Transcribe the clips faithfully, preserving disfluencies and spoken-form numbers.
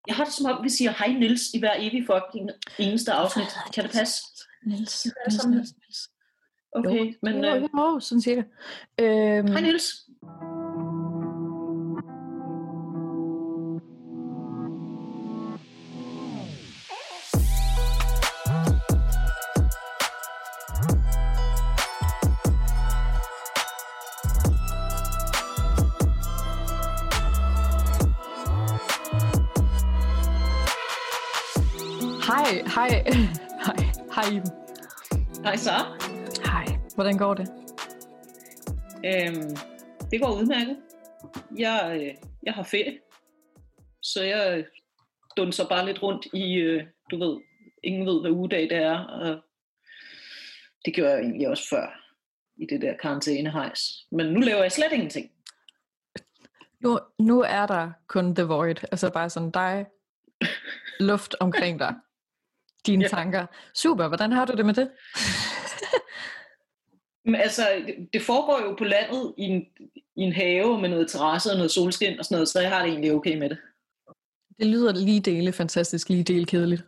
Jeg har det som om, vi siger hej Niels i hver evig fucking eneste afsnit. Kan det passe? Niels. Niels, Niels, Niels. Okay, jo, men... Jo, Øh... jo, sådan cirka. Øhm... Hej Niels. Hej, hej, hej, hej Iben. Hej så. Hej, hvordan går det? Øhm, det går udmærket. Jeg, øh, jeg har ferie, så jeg dunser bare lidt rundt i, øh, du ved, ingen ved hvad ugedag det er, og det gjorde jeg egentlig også før i det der karantænehejs. Men nu laver jeg slet ingenting. Nu, nu er der kun The Void, altså bare sådan dig, luft omkring dig, dine ja. tanker. Super, hvordan har du det med det? Men altså, det foregår jo på landet i en, i en have med noget terrasse og noget solskin og sådan noget, så jeg har det egentlig okay med det. Det lyder lige dele fantastisk, lige dele kedeligt.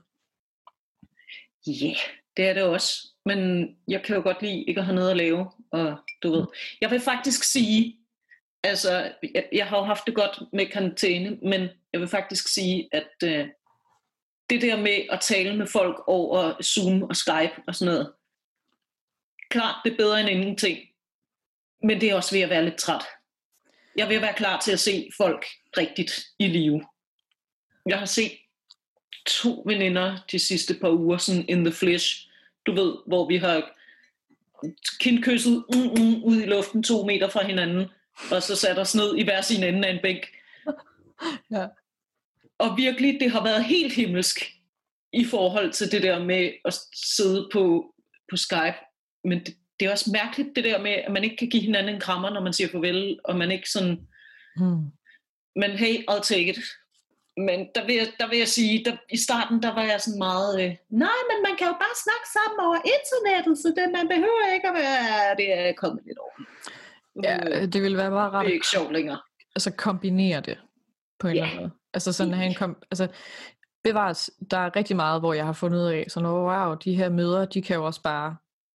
Ja, yeah, det er det også. Men jeg kan jo godt lide ikke at have noget at lave, og du ved. Jeg vil faktisk sige, altså, jeg, jeg har jo haft det godt med karantæne, men jeg vil faktisk sige, at øh, det der med at tale med folk over Zoom og Skype og sådan noget, klart, det er bedre end ingenting, men det er også ved at være lidt træt. Jeg vil være klar til at se folk rigtigt i live. Jeg har set to veninder de sidste par uger, sådan in the flesh, du ved, hvor vi har kindkysset mm, mm, ud i luften to meter fra hinanden, og så sat os ned i hver sin ende af en bænk. Ja. Og virkelig, det har været helt himmelsk i forhold til det der med at sidde på, på Skype. Men det, det er også mærkeligt det der med, at man ikke kan give hinanden en krammer, når man siger farvel, og man ikke sådan... Hmm. Men hey, I'll take it. Men der vil jeg, der vil jeg sige, der, i starten, der var jeg sådan meget... Øh, Nej, men man kan jo bare snakke sammen over internettet, så det, man behøver ikke at være... Det er kommet lidt over. Ja, det ville være bare ret... Det er ikke sjovt længere. Altså kombinere det på en yeah. eller anden måde. Altså sådan at have en... Kom- altså, bevares, der er rigtig meget, hvor jeg har fundet ud af, sådan, oh, wow, de her møder, de kan jo også bare...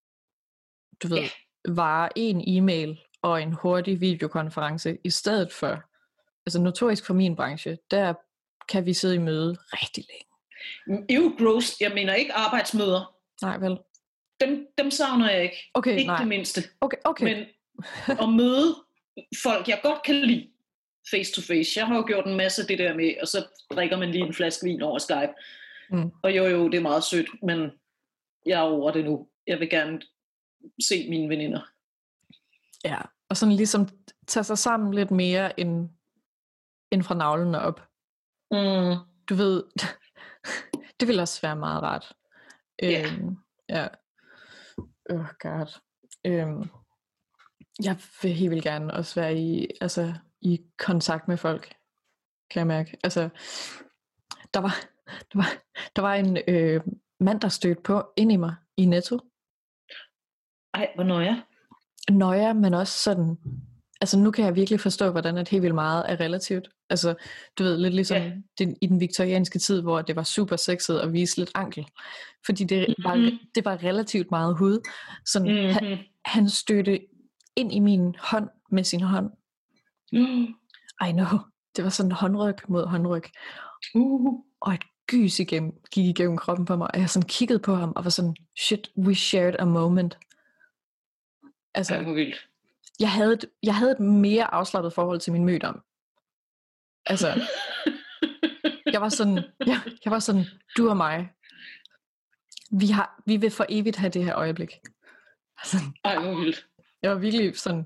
du ved, yeah. var en e-mail og en hurtig videokonference i stedet for, altså notorisk for min branche, der kan vi sidde i møde rigtig længe. Ew, gross. Jeg mener ikke arbejdsmøder. Nej, vel? Dem, dem savner jeg ikke. Okay, ikke nej. det mindste. Okay, okay. Men at møde folk, jeg godt kan lide, face to face. Jeg har jo gjort en masse af det der med, og så drikker man lige en flaske vin over Skype. Mm. Og jo, jo, det er meget sødt, men jeg er over det nu. Jeg vil gerne se mine veninder. Ja, og sådan ligesom tage sig sammen lidt mere end, end fra navlen op. Mm. Du ved, det vil også være meget rart. Yeah. Øhm, ja. Oh god. Øhm, jeg vil helt vildt gerne også være i, altså, i kontakt med folk, kan jeg mærke. Altså, der var, der var, der var en øh, mand, der stødte på ind i mig i Netto. Ej, hvor nøjer. Nøjer, men også sådan, altså nu kan jeg virkelig forstå, hvordan det helt vildt meget er relativt. Altså, du ved, lidt ligesom yeah. den, i den viktorianske tid, hvor det var super sexet at vise lidt ankel. Fordi det, mm-hmm. var, det var relativt meget hud. Sådan, mm-hmm. han, han stødte ind i min hånd med sin hånd. Mm. I know. Det var sådan håndryg mod håndryg. Uh. Og et gys igennem, gik igennem kroppen på mig, og jeg sådan kiggede på ham, og var sådan, shit, we shared a moment. Altså, Ej, jeg havde, et, jeg havde et mere afslappet forhold til min mødom. Altså, jeg var sådan, jeg, jeg var sådan, du og mig, vi, har, vi vil for evigt have det her øjeblik. Altså, Ej, hvor vildt. Jeg var virkelig sådan,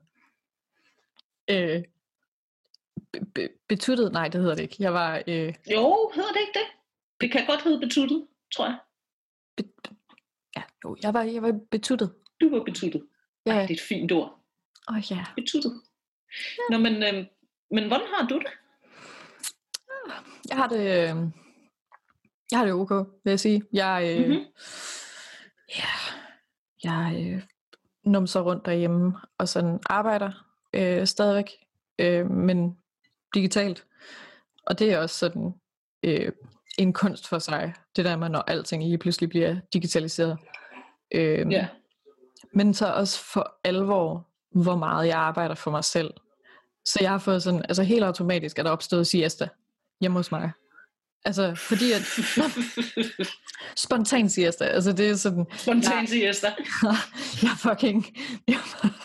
øh, be, be, betuttet, nej det hedder det ikke. Jeg var, øh, jo, hedder det ikke det? Det kan godt hedde betuttet, tror jeg. Be, ja, jo, jeg var, jeg var betuttet. Du var betuttet. Ja. Ej, det er et fint ord. Åh oh, ja. Betuttet. Ja. Nå, men, øh, men hvordan har du det? Jeg har det, øh, jeg har det ok, vil jeg sige. Jeg, øh, mm-hmm. ja, jeg øh, numser rundt derhjemme og sådan arbejder øh, stadigvæk, øh, men digitalt. Og det er også sådan, øh, en kunst for sig. Det der med, når alting lige pludselig bliver digitaliseret. Øhm, Ja. Men så også for alvor, hvor meget jeg arbejder for mig selv. Så jeg har fået sådan, altså helt automatisk er der opstået siesta hjemme hos mig. Altså, fordi at... spontan siesta, altså det er sådan... Spontan jeg, siesta. jeg fucking... Jeg,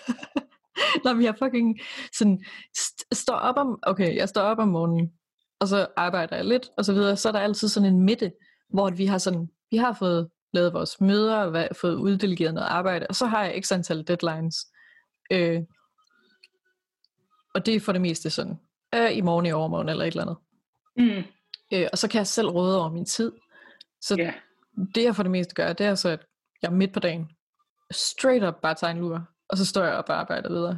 Nå, men jeg fucking sådan... St- står op om... Okay, jeg står op om morgenen, og så arbejder jeg lidt, og så videre. Så er der altid sådan en midte, hvor vi har sådan... Vi har fået lavet vores møder, og fået uddelegeret noget arbejde, og så har jeg x antal deadlines. Øh, og det er for det meste sådan, øh, i morgen, i overmorgen, eller et eller andet. Mm. Øh, og så kan jeg selv råde over min tid. Så Yeah. det jeg for det meste gør, det er så, at jeg er midt på dagen, straight up bare tager en lur, og så står jeg op og arbejder videre.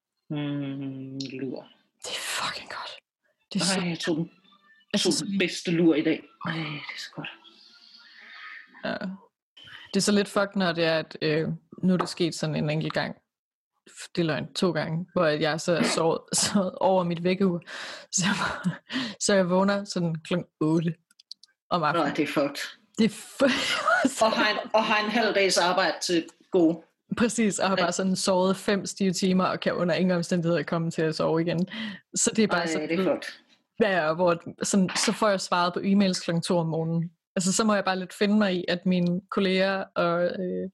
Mm, lur. Det er fucking godt. Det er Ej, så... jeg tog den, jeg Altså, tog så den lige- bedste lur i dag. Ej, det er så godt. Ja. Det er så lidt fuck, når det er, at øh, nu er det sket sådan en enkelt gang. Det er løgn, to gange, hvor jeg så er sovet, sovet over mit vækkeur. Så, jeg- så jeg vågner sådan klokken otte om Nå, aftenen. det er fucked. Det er f- Og har, en, og har en halv dags arbejde til gode. Præcis, og har bare sådan sovet fem stive timer, og kan under ingen omstændigheder komme til at sove igen. Så det er bare Ej, sådan, det er fucked. ja, hvor sådan, så får jeg svaret på e-mails klokken to om morgenen. Altså, så må jeg bare lidt finde mig i, at mine kolleger og, øh,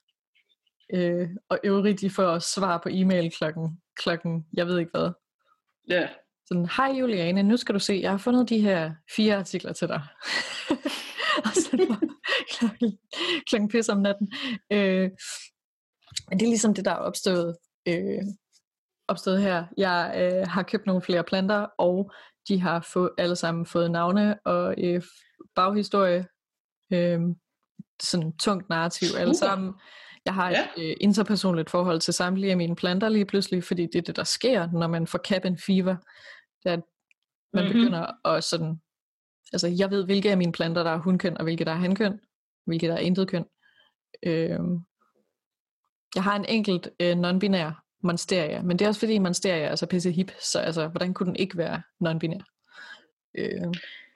øh, og øvrigt, de får svar på e-mail klokken, klokken, jeg ved ikke hvad. Ja. Sådan, hej Juliane, nu skal du se, jeg har fundet de her fire artikler til dig. Og så klokken, klokken pisse om natten. Øh, men det er ligesom det, der er opstået, øh, opstået her. Jeg øh, har købt nogle flere planter, og de har få, alle sammen fået navne og øh, baghistorie. Øh, sådan tungt narrativ alle Super. sammen. Jeg har et Ja. øh, interpersonligt forhold til samtlige af mine planter lige pludselig, fordi det er det, der sker, når man får cabin fever. Det er, at man Mhm. begynder at sådan... Altså, jeg ved, hvilke af mine planter, der er hunkøn, og hvilke, der er hankøn, hvilke, der er intet køn. Øh, jeg har en enkelt øh, non-binær monsteria, men det er også fordi monsteria er så pisse hip, så altså, hvordan kunne den ikke være non-binær? Øh,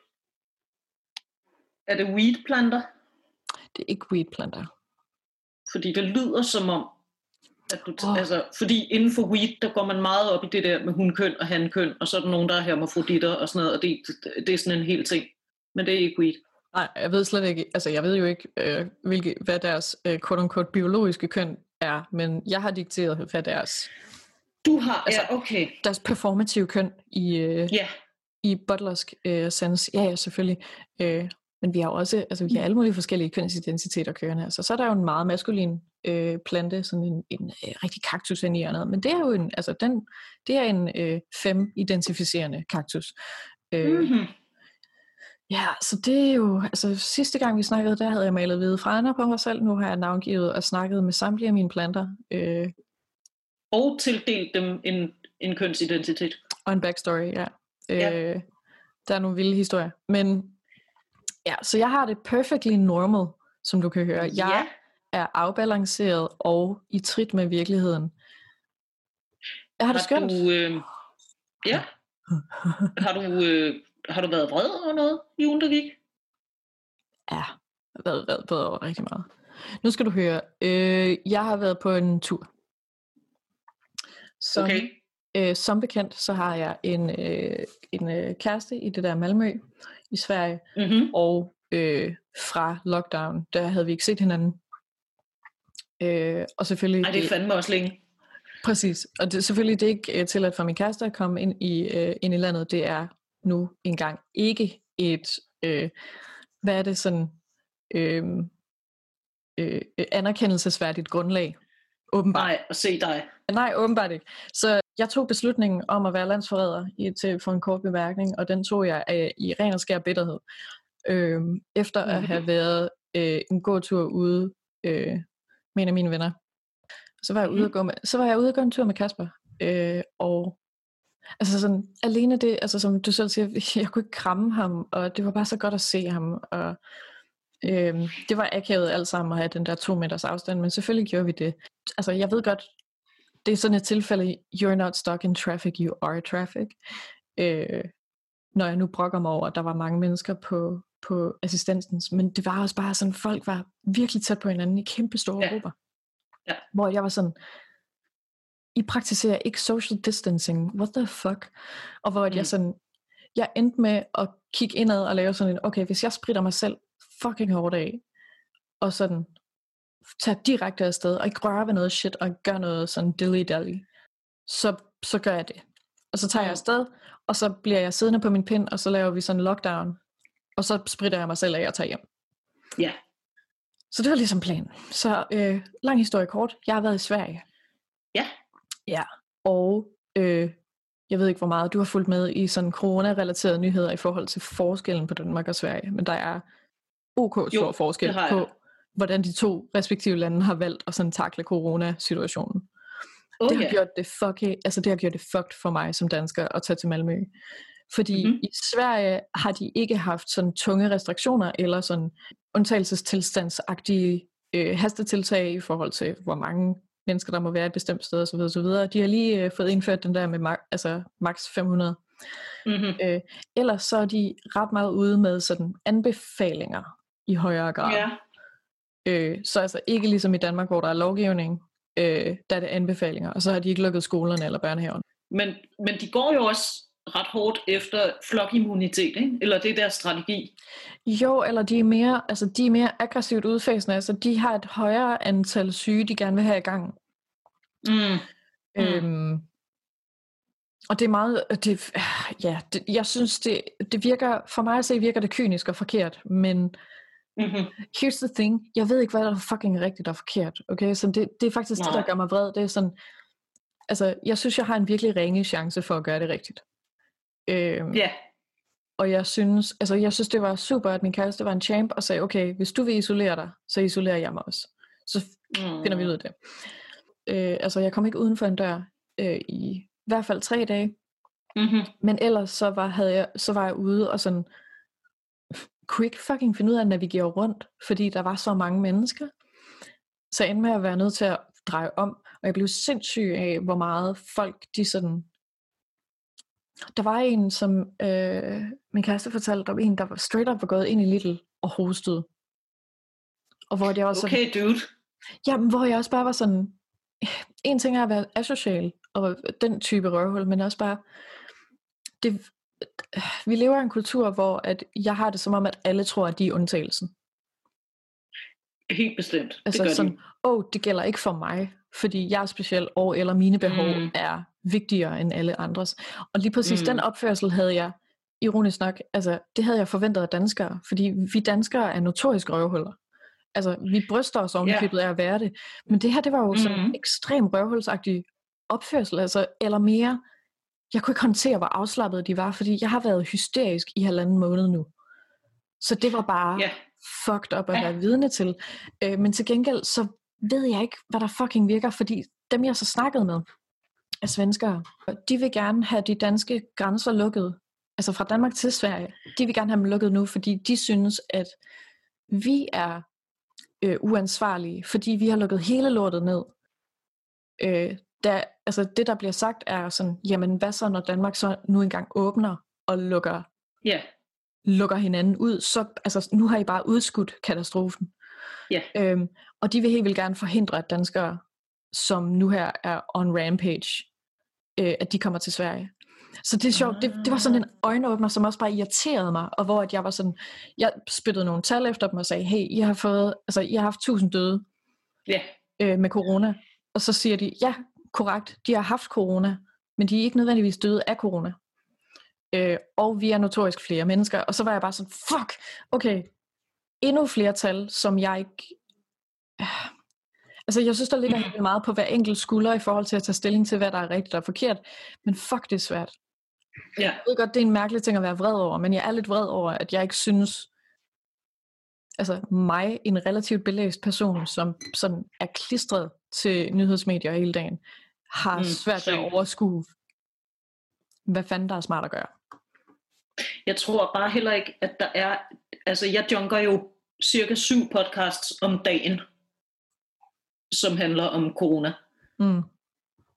Er det weedplanter? det er ikke weedplanter. Fordi det lyder som om, at du, Åh. oh. altså, fordi inden for weed, der går man meget op i det der med hunkøn og hankøn, og så er der nogen, der er hermafroditter og sådan noget, og det, det, det er sådan en hel ting. Men det er ikke weed. Nej, jeg ved slet ikke, altså jeg ved jo ikke, øh, hvilke, hvad deres øh, quote-unquote biologiske køn er, men jeg har dikteret, hvad deres, Du har, Altså- ja, okay. deres performative køn i, øh, Ja, i butlersk øh, sense. Ja, ja, selvfølgelig. Øh, men vi har jo også, altså vi har alle mulige forskellige kønsidentiteter kørende. Altså, så er der jo en meget maskulin øh, plante, sådan en, en øh, rigtig kaktus ind i noget. Men det er jo en, altså den, det er en øh, fem-identificerende kaktus. Øh, mm-hmm. Ja, så det er jo, altså sidste gang vi snakkede, der havde jeg malet hvide fregner på mig selv. Nu har jeg navngivet og snakket med samtlige af mine planter. Øh, Og tildelt dem en, en kønsidentitet. og en backstory, ja. Øh, Ja. Der er nogle vilde historier. Men ja, så jeg har det perfectly normal, som du kan høre. Jeg Ja. er afbalanceret og i trit med virkeligheden. Jeg har det skønt. Du, øh, ja. Har du, øh, har du været vred over noget i ugen, der gik? Ja, jeg har været vred på over rigtig meget. Nu skal du høre. Øh, jeg har været på en tur. Som, Okay. øh, som bekendt, så har jeg en, øh, en øh, kæreste i det der Malmø i Sverige. Mm-hmm. Og øh, fra lockdown, der havde vi ikke set hinanden. Øh, og selvfølgelig... Ej, det er fandme også længe. Præcis, og det, selvfølgelig det er ikke øh, tilladt for min kæreste at komme ind i, øh, ind i landet. Det er nu engang ikke et, øh, hvad er det sådan, øh, øh, anerkendelsesværdigt grundlag, åbenbart. Nej, at se dig. Nej, åbenbart ikke. Så jeg tog beslutningen om at være landsforræder i, til, for en kort bemærkning, og den tog jeg øh, i ren og skær bitterhed. Øh, efter at have været øh, en god tur ude øh, med en af mine venner. Så var jeg ude og gå med, så var jeg ude og gå en tur med Kasper. Øh, og altså sådan, alene det, altså som du selv siger, jeg kunne ikke kramme ham, og det var bare så godt at se ham, og øh, det var akavet alt sammen at have den der to meters afstand, men selvfølgelig gjorde vi det. Altså jeg ved godt, det er sådan et tilfælde, you're not stuck in traffic, you are traffic. Øh, når jeg nu brokker mig over, at der var mange mennesker på på assistensens, men det var også bare sådan, folk var virkelig tæt på hinanden i kæmpe store Ja. grupper. Ja. Hvor jeg var sådan, I praktiserer ikke social distancing, what the fuck? Og hvor mm. jeg sådan, jeg endte med at kigge indad og lave sådan en, okay, hvis jeg spritter mig selv fucking hårdt af, og sådan tage direkte afsted, og ikke røre ved noget shit, og gøre noget sådan dilly-dally, så, så gør jeg det. Og så tager jeg afsted, og så bliver jeg siddende på min pind, og så laver vi sådan en lockdown, og så spritter jeg mig selv af og tager hjem. Ja. Yeah. Så det var ligesom planen. Så øh, lang historie kort, jeg har været i Sverige. Ja. Ja, og øh, jeg ved ikke, hvor meget du har fulgt med i sådan corona-relaterede nyheder i forhold til forskellen på Danmark og Sverige, men der er ok stor jo, forskel på, hvordan de to respektive lande har valgt at sådan takle corona-situationen. Oh, det har yeah. gjort det fucking, altså det har gjort det fucked for mig som dansker at tage til Malmø. Fordi mm-hmm. i Sverige har de ikke haft sådan tunge restriktioner eller sådan undtagelsestilstandsagtige øh, hastetiltag i forhold til, hvor mange mennesker der må være et bestemt sted osv. osv. De har lige øh, fået indført den der med ma- altså max fem hundrede. Mm-hmm. Øh, ellers så er de ret meget ude med sådan anbefalinger i højere grad. Yeah. Øh, så altså ikke ligesom i Danmark, hvor der er lovgivning, øh, der er det anbefalinger, og så har de ikke lukket skolerne eller børnehaven. Men, men de går jo også ret hårdt efter flokimmunitet, ikke? Eller det er deres strategi. Jo, eller de er mere, altså de er mere aggressivt udfasende, altså de har et højere antal syge, de gerne vil have i gang. Mm. Øhm, mm. Og det er meget, det, ja, det, jeg synes det, det virker, for mig at se virker det kynisk og forkert, men mm-hmm. here's the thing, jeg ved ikke, hvad der er fucking rigtigt og forkert, okay, så det, det er faktisk Nej. det, der gør mig vred, det er sådan, altså, jeg synes, jeg har en virkelig ringe chance for at gøre det rigtigt. Øhm, yeah. Og jeg synes, altså, jeg synes, det var super, at min kæreste var en champ, og sagde, okay, hvis du vil isolere dig, så isolerer jeg mig også. Så mm. finder vi ud af det. Øh, altså, jeg kom ikke uden for en dør øh, i, i hvert fald tre dage, mm-hmm. men ellers så var, havde jeg, så var jeg ude og sådan, kunne ikke fucking finde ud af at navigere rundt, fordi der var så mange mennesker. Så jeg endte med at være nødt til at dreje om, og jeg blev sindssyg af, hvor meget folk, de sådan... Der var en, som øh, min kæreste fortalte om en, der var straight up var gået ind i Lidl og hostede. Og hvor jeg også okay, sådan, dude. Jamen, hvor jeg også bare var sådan... En ting er at være asocial, og den type røvhul, men også bare... Det, vi lever i en kultur, hvor at jeg har det som om, at alle tror, at de er undtagelsen. Helt bestemt. Altså det gør sådan, de. åh, oh, det gælder ikke for mig, fordi jeg er speciel, og eller mine behov mm. er vigtigere end alle andres. Og lige præcis mm. den opførsel havde jeg, ironisk nok, altså det havde jeg forventet af danskere, fordi vi danskere er notorisk røvhuller. Altså vi bryster os ovenikøbet yeah. af at være det, men det her, det var jo mm. sådan en ekstrem røvhulsagtig opførsel, altså, eller mere, jeg kunne ikke håndtere, hvor afslappet de var, fordi jeg har været hysterisk i halvanden måned nu. Så det var bare yeah. fucked up at yeah. være vidne til. Øh, men til gengæld, så ved jeg ikke, hvad der fucking virker, fordi dem, jeg så snakkede med, er svenskere, de vil gerne have de danske grænser lukket, altså fra Danmark til Sverige, de vil gerne have dem lukket nu, fordi de synes, at vi er øh, uansvarlige, fordi vi har lukket hele lortet ned. Øh, der, altså det, der bliver sagt, er sådan, jamen hvad så, når Danmark så nu engang åbner og lukker, yeah. lukker hinanden ud, så altså, nu har I bare udskudt katastrofen. Yeah. Øhm, og de vil helt vildt gerne forhindre, at danskere, som nu her er on rampage, øh, at de kommer til Sverige. Så det er sjovt, det, det var sådan en øjenåbner, som også bare irriterede mig, og hvor at jeg var sådan, jeg spyttede nogle tal efter dem og sagde, hey, I har fået, altså I har haft tusind døde yeah. øh, med corona, og så siger de, ja, korrekt, de har haft corona, men de er ikke nødvendigvis døde af corona. Øh, og vi er notorisk flere mennesker, og så var jeg bare sådan, fuck, okay, endnu flere tal, som jeg ikke... Altså, jeg synes, der ligger helt meget på hver enkelt skulder i forhold til at tage stilling til, hvad der er rigtigt og forkert. Men fuck, det er svært. Ja. Jeg ved godt, det er en mærkelig ting at være vred over, men jeg er lidt vred over, at jeg ikke synes... Altså, mig, en relativt belæst person, som sådan er klistret til nyhedsmedier hele dagen, har mm, svært ved at overskue, hvad fanden der er smart at gøre. Jeg tror bare heller ikke, at der er... Altså, jeg junker jo cirka syv podcasts om dagen, som handler om corona. Mm.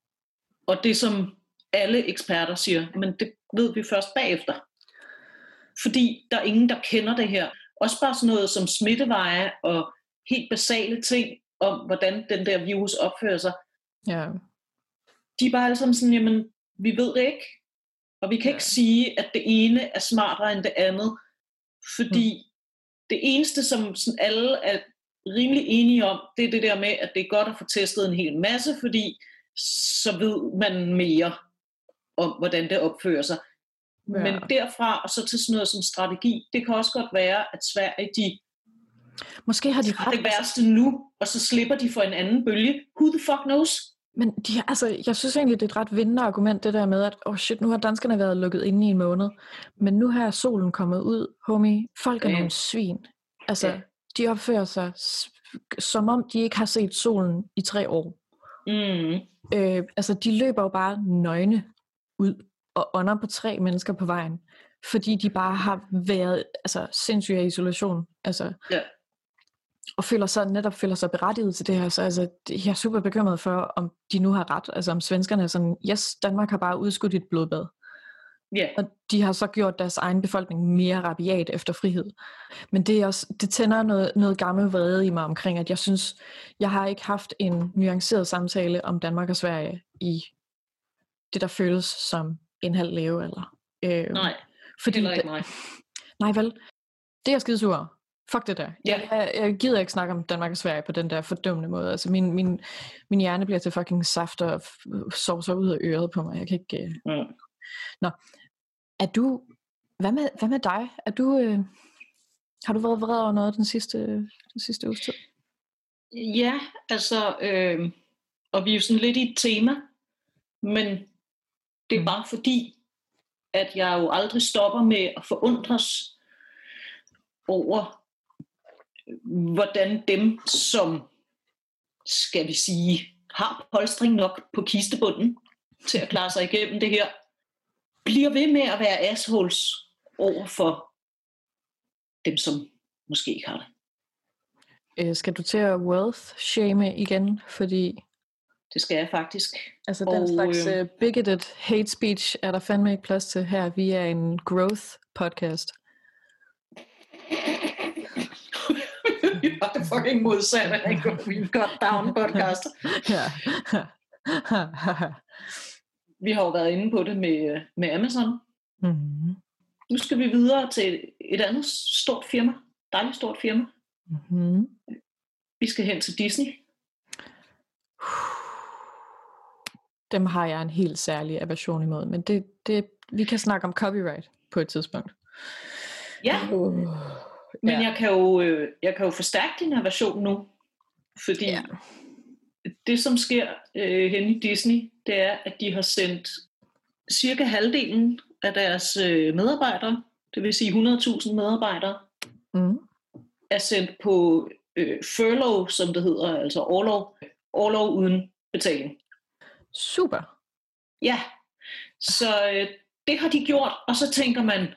Og det, som alle eksperter siger, men det ved vi først bagefter. fordi der er ingen, der kender det her. Også bare sådan noget som smitteveje og helt basale ting om, hvordan den der virus opfører sig. Ja. De er bare alle sammen sådan, jamen, vi ved det ikke. Og vi kan ja. ikke sige, at det ene er smartere end det andet. Fordi mm. det eneste, som sådan alle er rimelig enige om, det er det der med, at det er godt at få testet en hel masse, fordi så ved man mere om, hvordan det opfører sig. Ja. Men derfra og så til sådan noget som strategi, det kan også godt være, at Sverige, de måske har de ret det værste nu, og så slipper de for en anden bølge. Who the fuck knows? Men de, altså, jeg synes egentlig, det er et ret vindende argument, det der med, at oh shit, nu har danskerne været lukket inde i en måned, men nu har solen kommet ud, homie. Folk er ja. nogle svin. Altså, ja. de opfører sig, som om de ikke har set solen i tre år. Mm. Øh, altså, de løber jo bare nøgne ud og ånder på tre mennesker på vejen, fordi de bare har været altså, sindssyge i isolation. Altså, ja. Og føler sig, netop føler sig berettiget til det her. Så altså, jeg er super bekymret for, om de nu har ret. Altså om svenskerne er sådan, yes, Danmark har bare udskudt et blodbad. Yeah. Og de har så gjort deres egen befolkning mere rabiat efter frihed. Men det, er også, det tænder noget, noget gammel vrede i mig omkring, at jeg synes, jeg har ikke haft en nuanceret samtale om Danmark og Sverige i det, der føles som en halv levealder. Øh, nej, fordi heller ikke mig. Nej vel, det er skidesur. Fuck det der. Yeah. Jeg, jeg gider ikke snakke om Danmark og Sverige på den der fordømmende måde. Altså min, min, min hjerne bliver til fucking saft og sovser ud af øret på mig. Jeg kan ikke... Mm. Nå. Er du... Hvad med, hvad med dig? Er du... Øh... Har du været vred over noget den sidste, den sidste uges tid? Ja, altså... Øh... Og vi er jo sådan lidt i et tema. Men det er mm. bare fordi, at jeg jo aldrig stopper med at forundres over, hvordan dem, som, skal vi sige, har polstring nok på kistebunden til at klare sig igennem det her, bliver ved med at være assholes over for dem, som måske ikke har det. Øh, skal du til at wealth-shame igen, fordi... Det skal jeg faktisk. Altså den og, slags uh, bigoted hate speech er der fandme ikke plads til her. Vi er en growth-podcast. Vi var det fucking modsatte af en godt down podcast. Ja. Vi har jo været inde på det med, med Amazon. Mm-hmm. Nu skal vi videre til et andet stort firma. Dejligt stort firma. Mm-hmm. Vi skal hen til Disney. Dem har jeg en helt særlig aversion imod, men det, det, vi kan snakke om copyright på et tidspunkt. Ja. Uh. Men ja. jeg kan jo, jeg kan jo forstærke din aversion nu, fordi ja. det, som sker øh, hen i Disney, det er, at de har sendt cirka halvdelen af deres øh, medarbejdere, det vil sige hundrede tusind medarbejdere, mm. er sendt på øh, furlough, som det hedder, altså orlov, orlov uden betaling. Super. Ja, så øh, det har de gjort, og så tænker man,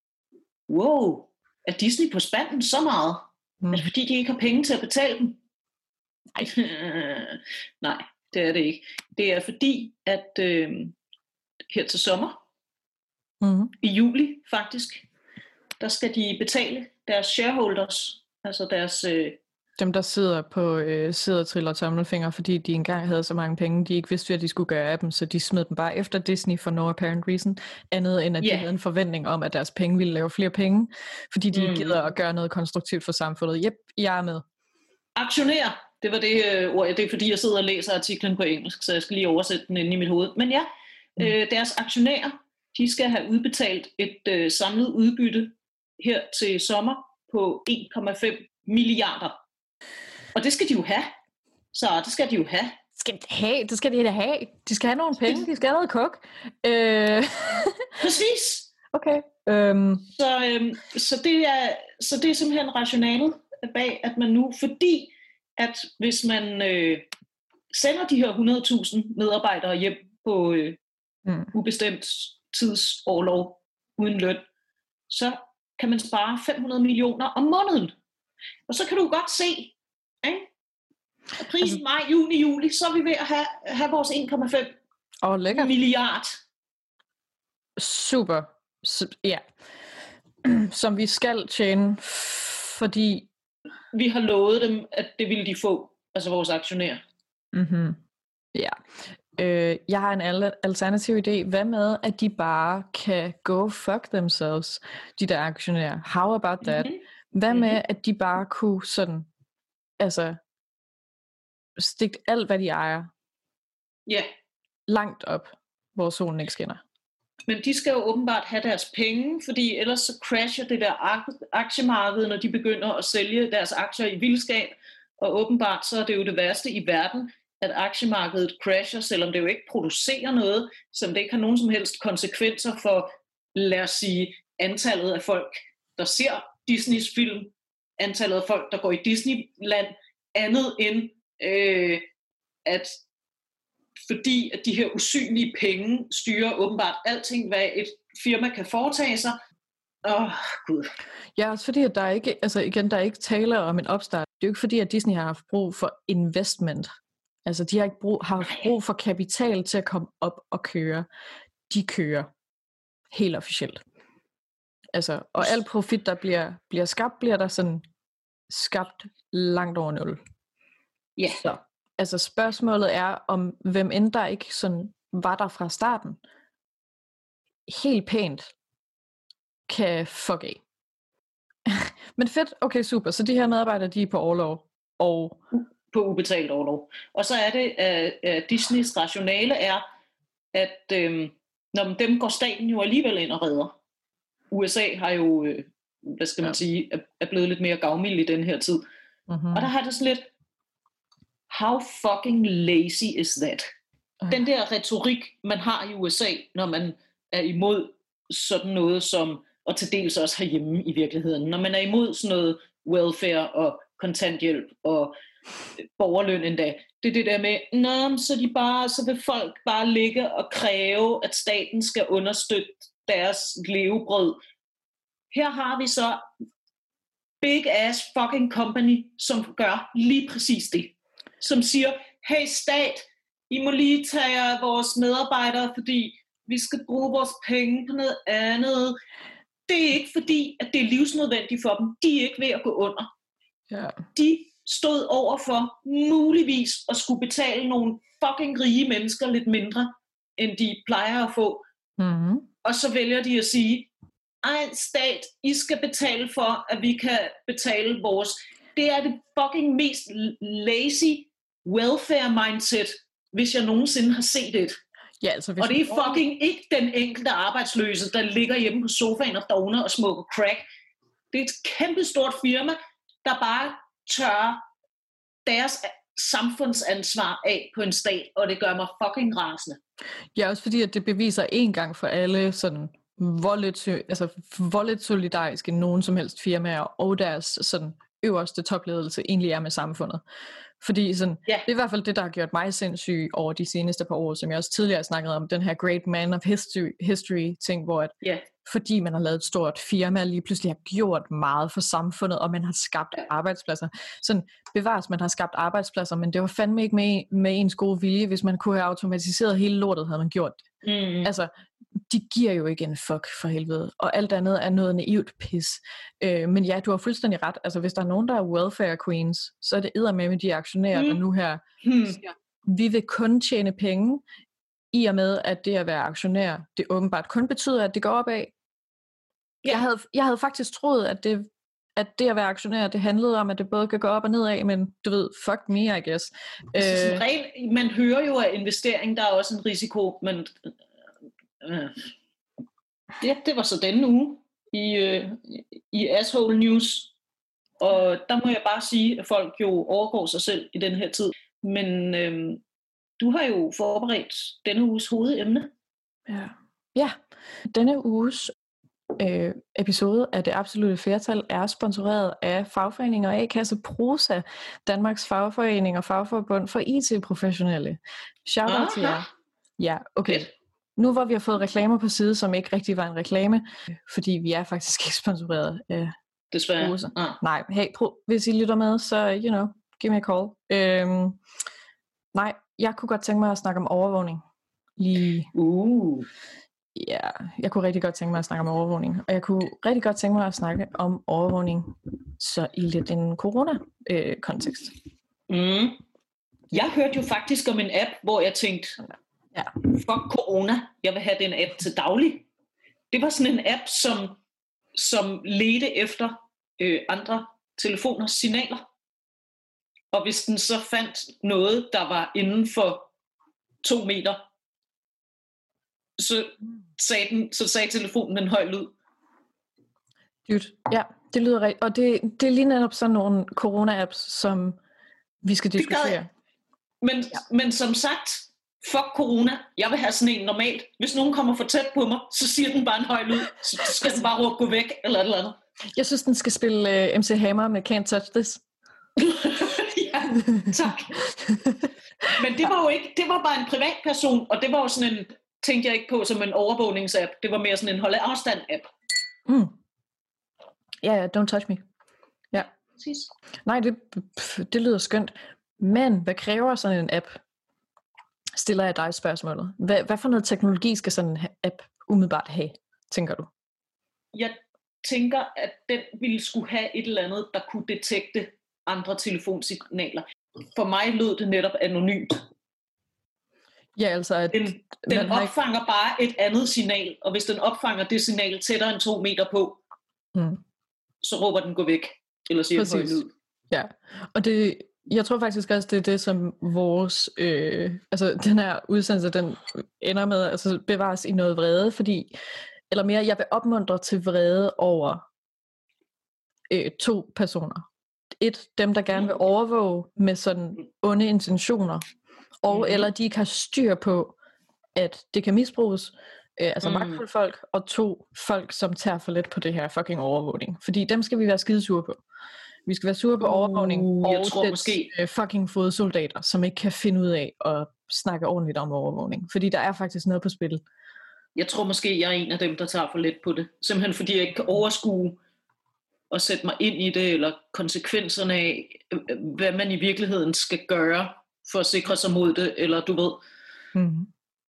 wow, er Disney på spanden så meget? Mm. Altså fordi de ikke har penge til at betale dem? Nej, Nej det er det ikke. Det er fordi, at øh, her til sommer, mm. i juli faktisk, der skal de betale deres shareholders, altså deres... Øh, Dem, der sidder på øh, sidder og triller tommelfinger, fordi de engang havde så mange penge, de ikke vidste, hvad de skulle gøre af dem, så de smed dem bare efter Disney for no apparent reason, andet end at yeah. de havde en forventning om, at deres penge ville lave flere penge, fordi de mm. ikke gider at gøre noget konstruktivt for samfundet. Jep, jeg er med. Aktionær, det var det øh, ord, det er fordi, jeg sidder og læser artiklen på engelsk, så jeg skal lige oversætte den inde i mit hoved. Men ja, mm. øh, deres aktionærer, de skal have udbetalt et øh, samlet udbytte her til sommer på en komma fem milliarder. Og det skal de jo have. Så det skal de jo have. Skal de have? Det skal de da have. De skal have nogle penge. De skal have noget kok. Øh... Præcis. Okay. Um... Så, øhm, så, det er, så det er simpelthen rationalet bag, at man nu, fordi at hvis man øh, sender de her hundrede tusind medarbejdere hjem på øh, mm. ubestemt tidsorlov uden løn, så kan man spare fem hundrede millioner om måneden. Og så kan du godt se, ikke? Prisen maj, juni, juli, så er vi ved at have, have vores en komma fem oh, milliard. Super. Så, ja. som vi skal tjene, fordi... Vi har lovet dem, at det ville de få, altså vores aktionærer. Mm-hmm. Ja. Øh, jeg har en al- alternativ idé. Hvad med, at de bare kan go fuck themselves, de der aktionærer? How about that? Mm-hmm. Hvad med, at de bare kunne sådan, altså, stikke alt, hvad de ejer, yeah. langt op, hvor solen ikke skinner? Men de skal jo åbenbart have deres penge, fordi ellers så crasher det der ak- aktiemarked, når de begynder at sælge deres aktier i vildskab. Og åbenbart så er det jo det værste i verden, at aktiemarkedet crasher, selvom det jo ikke producerer noget, som det ikke har nogen som helst konsekvenser for, lad os sige, antallet af folk, der ser Disneys film, antallet af folk, der går i Disneyland, andet end øh, at fordi at de her usynlige penge styrer åbenbart alting, hvad et firma kan foretage sig. Åh, oh, Gud. Ja, også fordi, at der ikke, altså igen, der er ikke tale om en opstart. Det er jo ikke fordi, at Disney har haft brug for investment. Altså, de har ikke brug, har haft brug for kapital til at komme op og køre. De kører helt officielt. Altså, og al profit, der bliver, bliver skabt, bliver der sådan skabt langt over nul. Ja. Yeah. Så, altså, spørgsmålet er, om hvem end der ikke sådan var der fra starten, helt pænt kan fuck af. Men fedt, okay, super. Så de her medarbejdere, de er på orlov. Og på ubetalt orlov. Og så er det, at uh, Disneys rationale er, at øh, når dem går staten jo alligevel ind og redder. U S A har jo, øh, hvad skal man ja. sige, er, er blevet lidt mere gavmild i den her tid. Uh-huh. Og der har det sådan lidt, how fucking lazy is that? Uh-huh. Den der retorik, man har i U S A, når man er imod sådan noget som, og til dels også herhjemme i virkeligheden, når man er imod sådan noget welfare og kontanthjælp og borgerløn endda, det er det der med, nå, så, de bare, så vil folk bare ligge og kræve, at staten skal understøtte deres levebrød. Her har vi så big ass fucking company, som gør lige præcis det. Som siger, hey stat, I må lige tage vores medarbejdere, fordi vi skal bruge vores penge på noget andet. Det er ikke fordi, at det er livsnødvendigt for dem. De er ikke ved at gå under. Ja. De stod over for muligvis at skulle betale nogle fucking rige mennesker lidt mindre, end de plejer at få. Mm-hmm. Og så vælger de at sige, ej stat, I skal betale for, at vi kan betale vores. Det er det fucking mest lazy welfare mindset, hvis jeg nogensinde har set det. Ja, altså, hvis og det er fucking ikke den enkelte arbejdsløse, der ligger hjemme på sofaen og dogner og smukker crack. Det er et kæmpestort firma, der bare tør deres samfundsansvar af på en stat, og det gør mig fucking rasende. Ja, også fordi, at det beviser en gang for alle sådan, hvor lidt, altså, hvor lidt solidariske nogen som helst firmaer og deres sådan, øverste topledelse egentlig er med samfundet. Fordi sådan, yeah. det er i hvert fald det, der har gjort mig sindssyg over de seneste par år, som jeg også tidligere snakkede om, den her Great Man of History, history ting, hvor at, yeah. fordi man har lavet et stort firma, lige pludselig har gjort meget for samfundet, og man har skabt yeah. arbejdspladser. Sådan bevares, man har skabt arbejdspladser, men det var fandme ikke med, med ens gode vilje. Hvis man kunne have automatiseret hele lortet, havde man gjort det. Mm. Altså, de giver jo ikke en fuck for helvede, og alt andet er noget naivt pis. Øh, men ja, du har fuldstændig ret. Altså, hvis der er nogen, der er welfare queens, så er det eddermame med de aktionærer, mm. der nu her mm. siger, vi vil kun tjene penge, i og med, at det at være aktionær, det åbenbart kun betyder, at det går opad. Yeah. Jeg havde, jeg havde faktisk troet, at det, at det at være aktionær, det handlede om, at det både kan gå op og nedad, men du ved, fuck me, I guess. Altså, øh, regel, man hører jo, at investering, der er også en risiko, men øh, ja, det var så denne uge i, øh, i Asshole News, og der må jeg bare sige, at folk jo overgår sig selv i den her tid, men øh, du har jo forberedt denne uges hovedemne. Ja, ja. Denne uges øh, episode af Det Absolute Flertal er sponsoreret af fagforeninger og A-kasse Prosa, Danmarks fagforening og fagforbund for I T-professionelle. Shout out til jer. Ja, okay. Nu hvor vi har fået reklamer på side, som ikke rigtig var en reklame, fordi vi er faktisk ikke sponsoreret af Desværre. Prosa. Ah. Nej, hey, pro, hvis I lytter med, så, you know, give me a call. Øhm, nej, jeg kunne godt tænke mig at snakke om overvågning. I, uh. ja, jeg kunne rigtig godt tænke mig at snakke om overvågning, og jeg kunne rigtig godt tænke mig at snakke om overvågning så i lidt en corona-kontekst. Øh, mm. Jeg hørte jo faktisk om en app, hvor jeg tænkte, ja. fuck corona, jeg vil have den app til daglig. Det var sådan en app, som, som ledte efter øh, andre telefoners signaler. Og hvis den så fandt noget, der var inden for to meter, så sagde, den, så sagde telefonen en høj lyd. Dude, ja, det lyder rigtigt. Og det, det er lige netop sådan nogle corona-apps, som vi skal diskutere. Men, ja. men som sagt, fuck corona, jeg vil have sådan en normalt. Hvis nogen kommer for tæt på mig, så siger den bare en høj lyd. Så skal den bare råbe, gå væk, eller et eller andet. Jeg synes, den skal spille uh, M C Hammer med Can't Touch This. Ja, tak. Men det var jo ikke, det var bare en privatperson, og det var jo sådan en, tænkte jeg ikke på som en overvågningsapp. Det var mere sådan en holde afstand-app. Mm. Ja, yeah, don't touch me. Ja. Præcis. Nej, det, det lyder skønt. Men hvad kræver sådan en app? Stiller jeg dig spørgsmålet. Hvad, hvad for noget teknologi skal sådan en app umiddelbart have, tænker du? Jeg tænker, at den ville skulle have et eller andet, der kunne detekte andre telefonsignaler. For mig lød det netop anonymt. Ja, altså... At den den opfanger ikke... bare et andet signal, og hvis den opfanger det signal tættere end to meter på, mm. så råber den gå væk, eller siger en høj lyd. Ja, og det... Jeg tror faktisk også, det er det, som vores, øh, altså den her udsendelse, den ender med at altså, bevares i noget vrede, fordi, eller mere, jeg vil opmuntre til vrede over øh, to personer. Et, dem der gerne vil overvåge med sådan onde intentioner, og mm-hmm. eller de ikke har styr på, at det kan misbruges, øh, altså mm. magtfulde folk, og to, folk, som tager for let på det her fucking overvågning. Fordi dem skal vi være skidesure på. Vi skal være sure på overvågning uh, og dets måske... fucking fodsoldater, som ikke kan finde ud af at snakke ordentligt om overvågning. Fordi der er faktisk noget på spil. Jeg tror måske, jeg er en af dem, der tager for let på det. Simpelthen fordi jeg ikke kan overskue og sætte mig ind i det, eller konsekvenserne af, hvad man i virkeligheden skal gøre for at sikre sig mod det, eller du ved. Mm-hmm.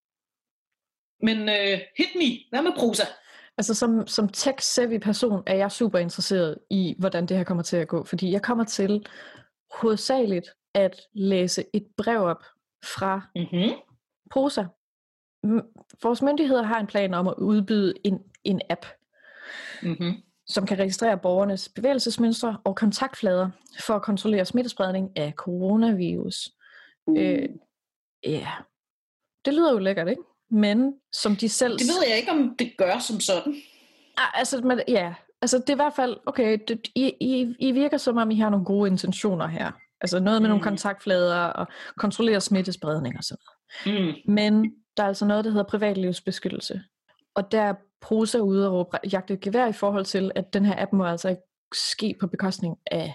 Men uh, hit me, hvad med prosa? Altså som, som tech-savvy person er jeg super interesseret i, hvordan det her kommer til at gå. Fordi jeg kommer til hovedsageligt at læse et brev op fra mm-hmm. Prosa. Vores myndigheder har en plan om at udbyde en, en app, mm-hmm. som kan registrere borgernes bevægelsesmønstre og kontaktflader for at kontrollere smittespredning af coronavirus. Uh. Øh, yeah. Det lyder jo lækkert, ikke? Men som de selv... Det ved jeg ikke, om det gør som sådan. Ah, altså, men, ja. Altså, det er i hvert fald, okay, det, I, I, I virker som om, I har nogle gode intentioner her. Altså noget med mm. nogle kontaktflader og kontrollere smittespredning og sådan noget. Mm. Men der er altså noget, der hedder privatlivsbeskyttelse. Og der er Prosa ude og råbe jagte et gevær i forhold til, at den her app må altså ikke ske på bekostning af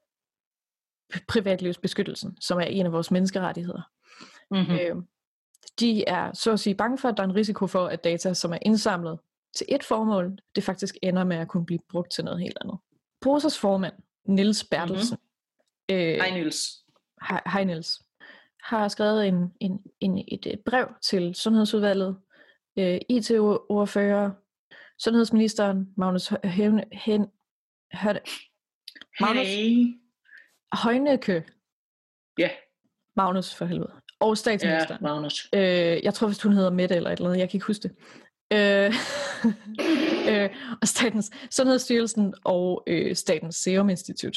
privatlivsbeskyttelsen, som er en af vores menneskerettigheder. Mm-hmm. Øh, De er så at sige bange for, at der er en risiko for, at data, som er indsamlet til et formål, det faktisk ender med at kunne blive brugt til noget helt andet. Prosas formand, Niels Bertelsen, mm-hmm. øh, hej Niels. Hej, hej Niels, har skrevet en, en, en, et brev til Sundhedsudvalget, øh, I T-ordfører, Sundhedsministeren, Magnus Hen, Hen, Hørte, Magnus hey. Højneke. Ja. Magnus for helvede. Og statsministeren. Ja, Magnus. Øh, jeg tror, hvis hun hedder Mette eller et eller andet, jeg kan ikke huske det. Øh, øh, og Statens Sundhedsstyrelsen og øh, Statens Serum Institut.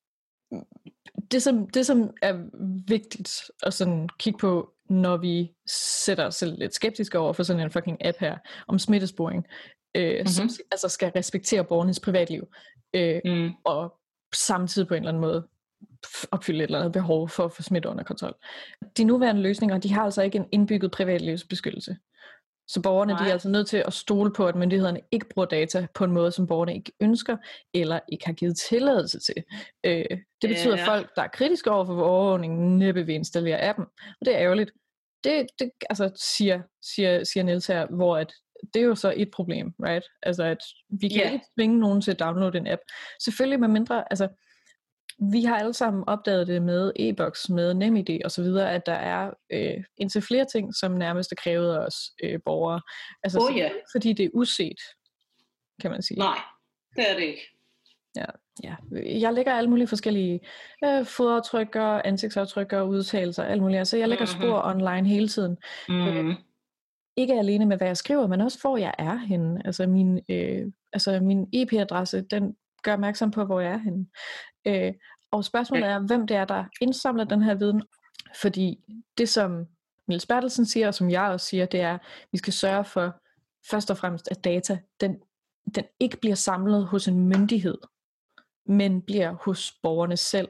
Det som, det, som er vigtigt at sådan kigge på, når vi sætter os selv lidt skeptiske over for sådan en fucking app her, om smittesporing, øh, mm-hmm. som altså skal respektere borgernes privatliv, øh, mm. og samtidig på en eller anden måde opfylde et eller andet behov for at få smitte under kontrol. De nuværende løsninger, de har altså ikke en indbygget privatlivsbeskyttelse. Så borgerne de er altså nødt til at stole på, at myndighederne ikke bruger data på en måde, som borgerne ikke ønsker, eller ikke har givet tilladelse til. Øh, det betyder, ja, ja. at folk, der er kritiske over for overvågningen, næppe vil installere appen. Og det er ærgerligt. Det, det altså, siger, siger, siger Niels her, hvor at det er jo så et problem, right? Altså, at vi kan yeah. ikke tvinge nogen til at downloade en app. Selvfølgelig med mindre, altså, vi har alle sammen opdaget det med e-boks, med NemID og så videre, at der er øh, indtil flere ting, som nærmest er krævet af os øh, borgere. Altså, oh, ja. fordi det er uset, kan man sige. Nej, det er det ikke. Ja, ja. Jeg lægger alle mulige forskellige øh, fodaftrykker, ansigtsaftrykker, udtalelser, alt muligt. Altså, jeg lægger mm-hmm. spor online hele tiden. Mm-hmm. Øh, ikke alene med, hvad jeg skriver, men også hvor jeg er henne. Altså, min, øh, altså, min I P-adresse, den gør opmærksom på, hvor jeg er henne. Øh, og spørgsmålet er, hvem det er, der indsamler den her viden. Fordi det, som Niels Bertelsen siger, og som jeg også siger, det er, at vi skal sørge for, først og fremmest, at data, den, den ikke bliver samlet hos en myndighed, men bliver hos borgerne selv.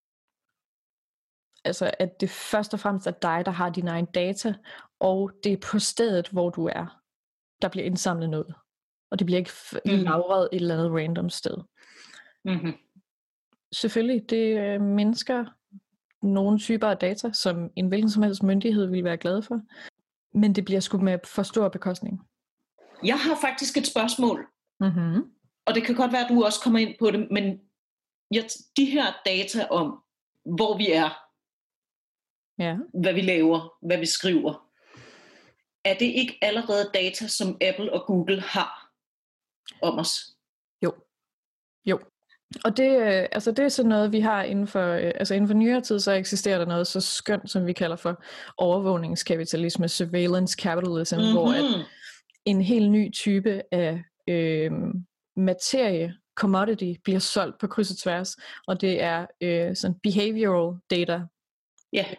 Altså, at det først og fremmest er dig, der har dine egne data, og det er på stedet, hvor du er, der bliver indsamlet noget. Og det bliver ikke mm-hmm. lagret et eller andet random sted. Mm-hmm. Selvfølgelig, det øh, mindsker nogle typer af data, som en hvilken som helst myndighed vil være glad for, men det bliver sgu med for stor bekostning. Jeg har faktisk et spørgsmål, mm-hmm. og det kan godt være, at du også kommer ind på det, men jeg, de her data om, hvor vi er, ja. hvad vi laver, hvad vi skriver, er det ikke allerede data, som Apple og Google har om os? Jo. Jo. Og det, altså det er sådan noget, vi har inden for, altså inden for nyere tid, så eksisterer der noget så skønt, som vi kalder for overvågningskapitalisme, surveillance capitalism, mm-hmm. hvor at en helt ny type af øh, materie, commodity, bliver solgt på kryds og tværs, og det er øh, sådan behavioral data, yeah.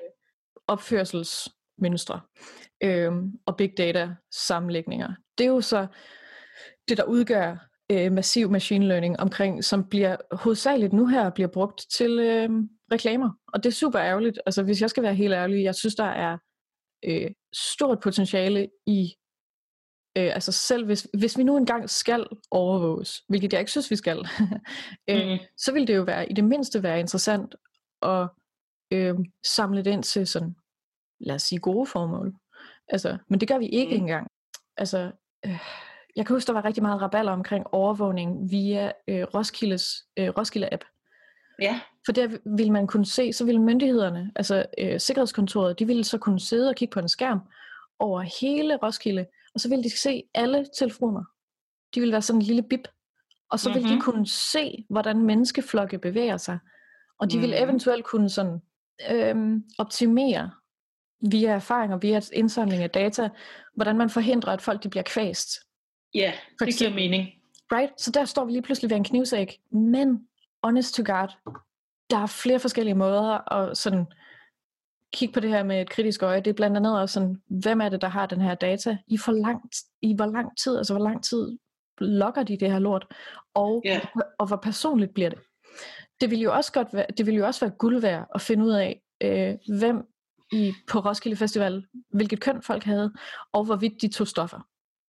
opførselsmønstre øh, og big data sammenlægninger. Det er jo så det, der udgør øh, massiv machine learning omkring, som bliver hovedsageligt nu her bliver brugt til øh, reklamer. Og det er super ærgerligt. Altså hvis jeg skal være helt ærlig, jeg synes, der er øh, stort potentiale i, øh, altså selv hvis, hvis vi nu engang skal overvåges, hvilket jeg ikke synes, vi skal, øh, mm. så vil det jo være i det mindste være interessant at øh, samle det ind til sådan, lad os sige, gode formål. Altså, men det gør vi ikke mm. engang. Altså, øh, jeg kan huske, der var rigtig meget rabalder omkring overvågning via øh, Roskildes øh, Roskilde-app. Ja. For der ville man kunne se, så ville myndighederne, altså øh, Sikkerhedskontoret, de ville så kunne sidde og kigge på en skærm over hele Roskilde, og så ville de se alle telefoner. De ville være sådan en lille bip, og så mm-hmm. ville de kunne se, hvordan menneskeflokke bevæger sig, og de mm-hmm. ville eventuelt kunne sådan øh, optimere via erfaringer, via indsamling af data, hvordan man forhindrer, at folk de bliver kvæst. Ja, yeah, det eksempel. Giver mening. Right? Så der står vi lige pludselig ved en knivsæg. Men, honest to God, der er flere forskellige måder at sådan kigge på det her med et kritisk øje. Det er blandt andet også sådan, hvem er det, der har den her data? I, for langt, i hvor lang tid, altså hvor lang tid logger de det her lort? Og, yeah. og, og hvor personligt bliver det? Det vil jo også godt være, det vil jo også være guld værd at finde ud af, øh, hvem i, på Roskilde Festival, hvilket køn folk havde, og hvorvidt de tog stoffer.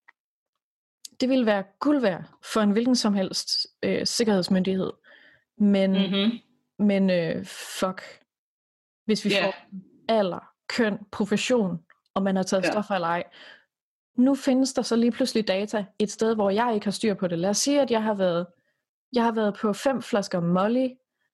Det ville være guld værd for en hvilken som helst øh, sikkerhedsmyndighed. Men, mm-hmm. men øh, fuck, hvis vi yeah. får alder, køn, profession, og man har taget yeah. stoffer eller ej. Nu findes der så lige pludselig data et sted, hvor jeg ikke har styr på det. Lad os sige, at jeg har været, jeg har været på fem flasker Molly,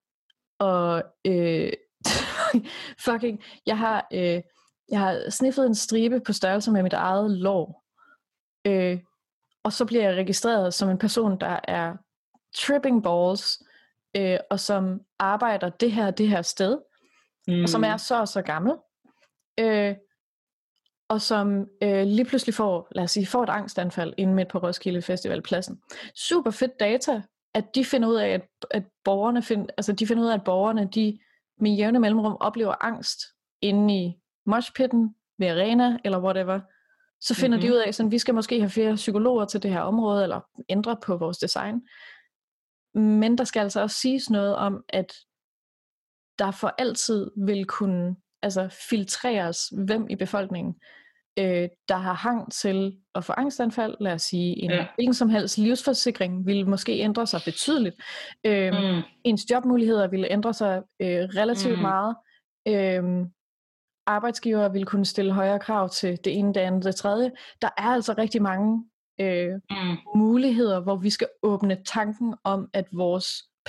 og øh, fucking, jeg har, øh, jeg har sniffet en stribe på størrelse med mit eget lår. Øh, og så bliver jeg registreret som en person, der er tripping balls, øh, og som arbejder det her, det her sted, mm. og som er så og så gammel, øh, og som øh, lige pludselig får, lad os sige, får et angstanfald inde midt på Roskilde Festivalpladsen. Super fedt data, at de finder ud af, at, at borgerne find, altså de finder ud af, at borgerne, de med jævne mellemrum oplever angst inde i moshpitten, ved arena, eller whatever. Så finder mm-hmm. de ud af, at vi skal måske have flere psykologer til det her område, eller ændre på vores design. Men der skal altså også siges noget om, at der for altid vil kunne altså filtreres, hvem i befolkningen, øh, der har hang til at få angstanfald. Lad os sige, en ja. hvilken som helst livsforsikring vil måske ændre sig betydeligt. Øh, mm. Ens jobmuligheder vil ændre sig øh, relativt mm. meget. Øh, Arbejdsgiver vil kunne stille højere krav til det ene, det andet, det tredje. Der er altså rigtig mange øh, mm. muligheder, hvor vi skal åbne tanken om, at vores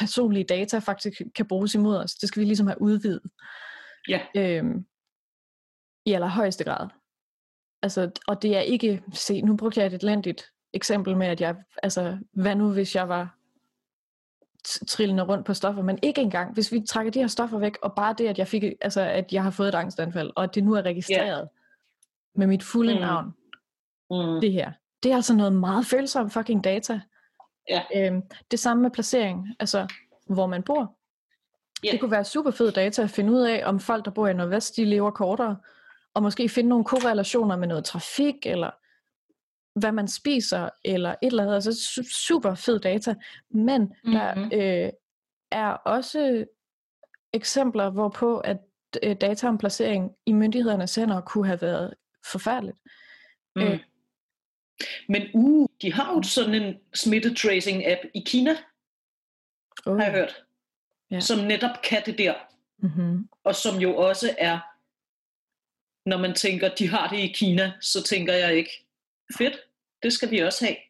personlige data faktisk kan bruges imod os. Det skal vi ligesom have udvidet. Ja. Øhm, I allerhøjeste grad. Altså, og det er ikke, se, nu brugte jeg et elendigt eksempel med, at jeg, altså, hvad nu hvis jeg var trillende rundt på stoffer, men ikke engang, hvis vi trækker de her stoffer væk, og bare det, at jeg fik, altså, at jeg har fået et angstanfald, og at det nu er registreret yeah. med mit fulde mm. navn, mm. det her, det er altså noget meget følsomt fucking data. Yeah. Øhm, det samme med placering, altså, hvor man bor. Yeah. Det kunne være super fed data at finde ud af, om folk, der bor i Nordvest, de lever kortere, og måske finde nogle korrelationer med noget trafik, eller hvad man spiser, eller et eller andet. Altså super fed data. Men mm-hmm. der øh, er også eksempler, hvorpå at øh, data om placering i myndighedernes hænder kunne have været forfærdeligt. Mm. Øh. Men uh, de har jo sådan en smittetracing-app i Kina, oh. har jeg hørt, ja. Som netop kan det der. Mm-hmm. Og som jo også er, når man tænker, de har det i Kina, så tænker jeg ikke, fedt, det skal vi også have.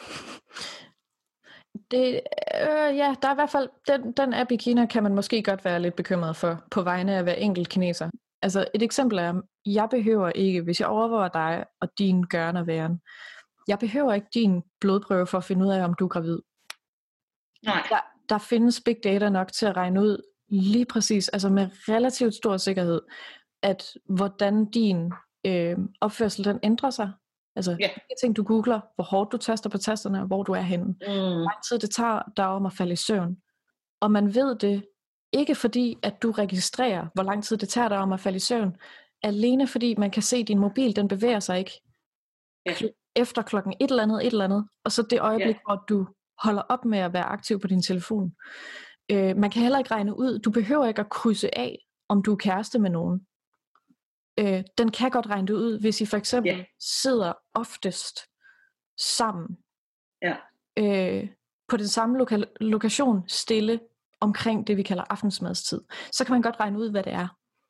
Det, øh, ja, der er i hvert fald, den, den app i Kina kan man måske godt være lidt bekymret for, på vegne af hver enkelt kineser. Altså et eksempel er, jeg behøver ikke, hvis jeg overvåger dig og din gøren og væren, jeg behøver ikke din blodprøve for at finde ud af, om du er gravid. Nej. Der, der findes big data nok til at regne ud lige præcis, altså med relativt stor sikkerhed, at hvordan din øh, opførsel den ændrer sig. Altså yeah. de ting du googler, hvor hårdt du taster på tasterne, og hvor du er henne. Mm. Hvor lang tid det tager dig om at falde i søvn. Og man ved det ikke fordi, at du registrerer, hvor lang tid det tager dig om at falde i søvn. Alene fordi man kan se, at din mobil, den bevæger sig ikke. Yeah. Efter klokken et eller andet, et eller andet. Og så det øjeblik, yeah. hvor du holder op med at være aktiv på din telefon. Øh, man kan heller ikke regne ud, du behøver ikke at krydse af, om du er kæreste med nogen. Øh, den kan godt regne det ud, hvis I for eksempel yeah. sidder oftest sammen yeah. øh, på den samme loka- lokation stille omkring det, vi kalder aftensmadstid. Så kan man godt regne ud, hvad det er.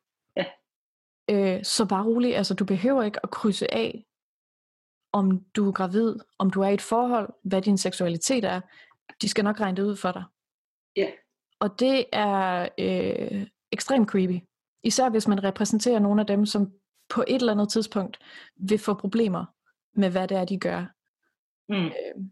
Yeah. Øh, så bare rolig, altså du behøver ikke at krydse af, om du er gravid, om du er i et forhold, hvad din seksualitet er. De skal nok regne det ud for dig. Yeah. Og det er øh, ekstremt creepy. Især hvis man repræsenterer nogle af dem, som på et eller andet tidspunkt vil få problemer med, hvad det er, de gør. Mm. Øh,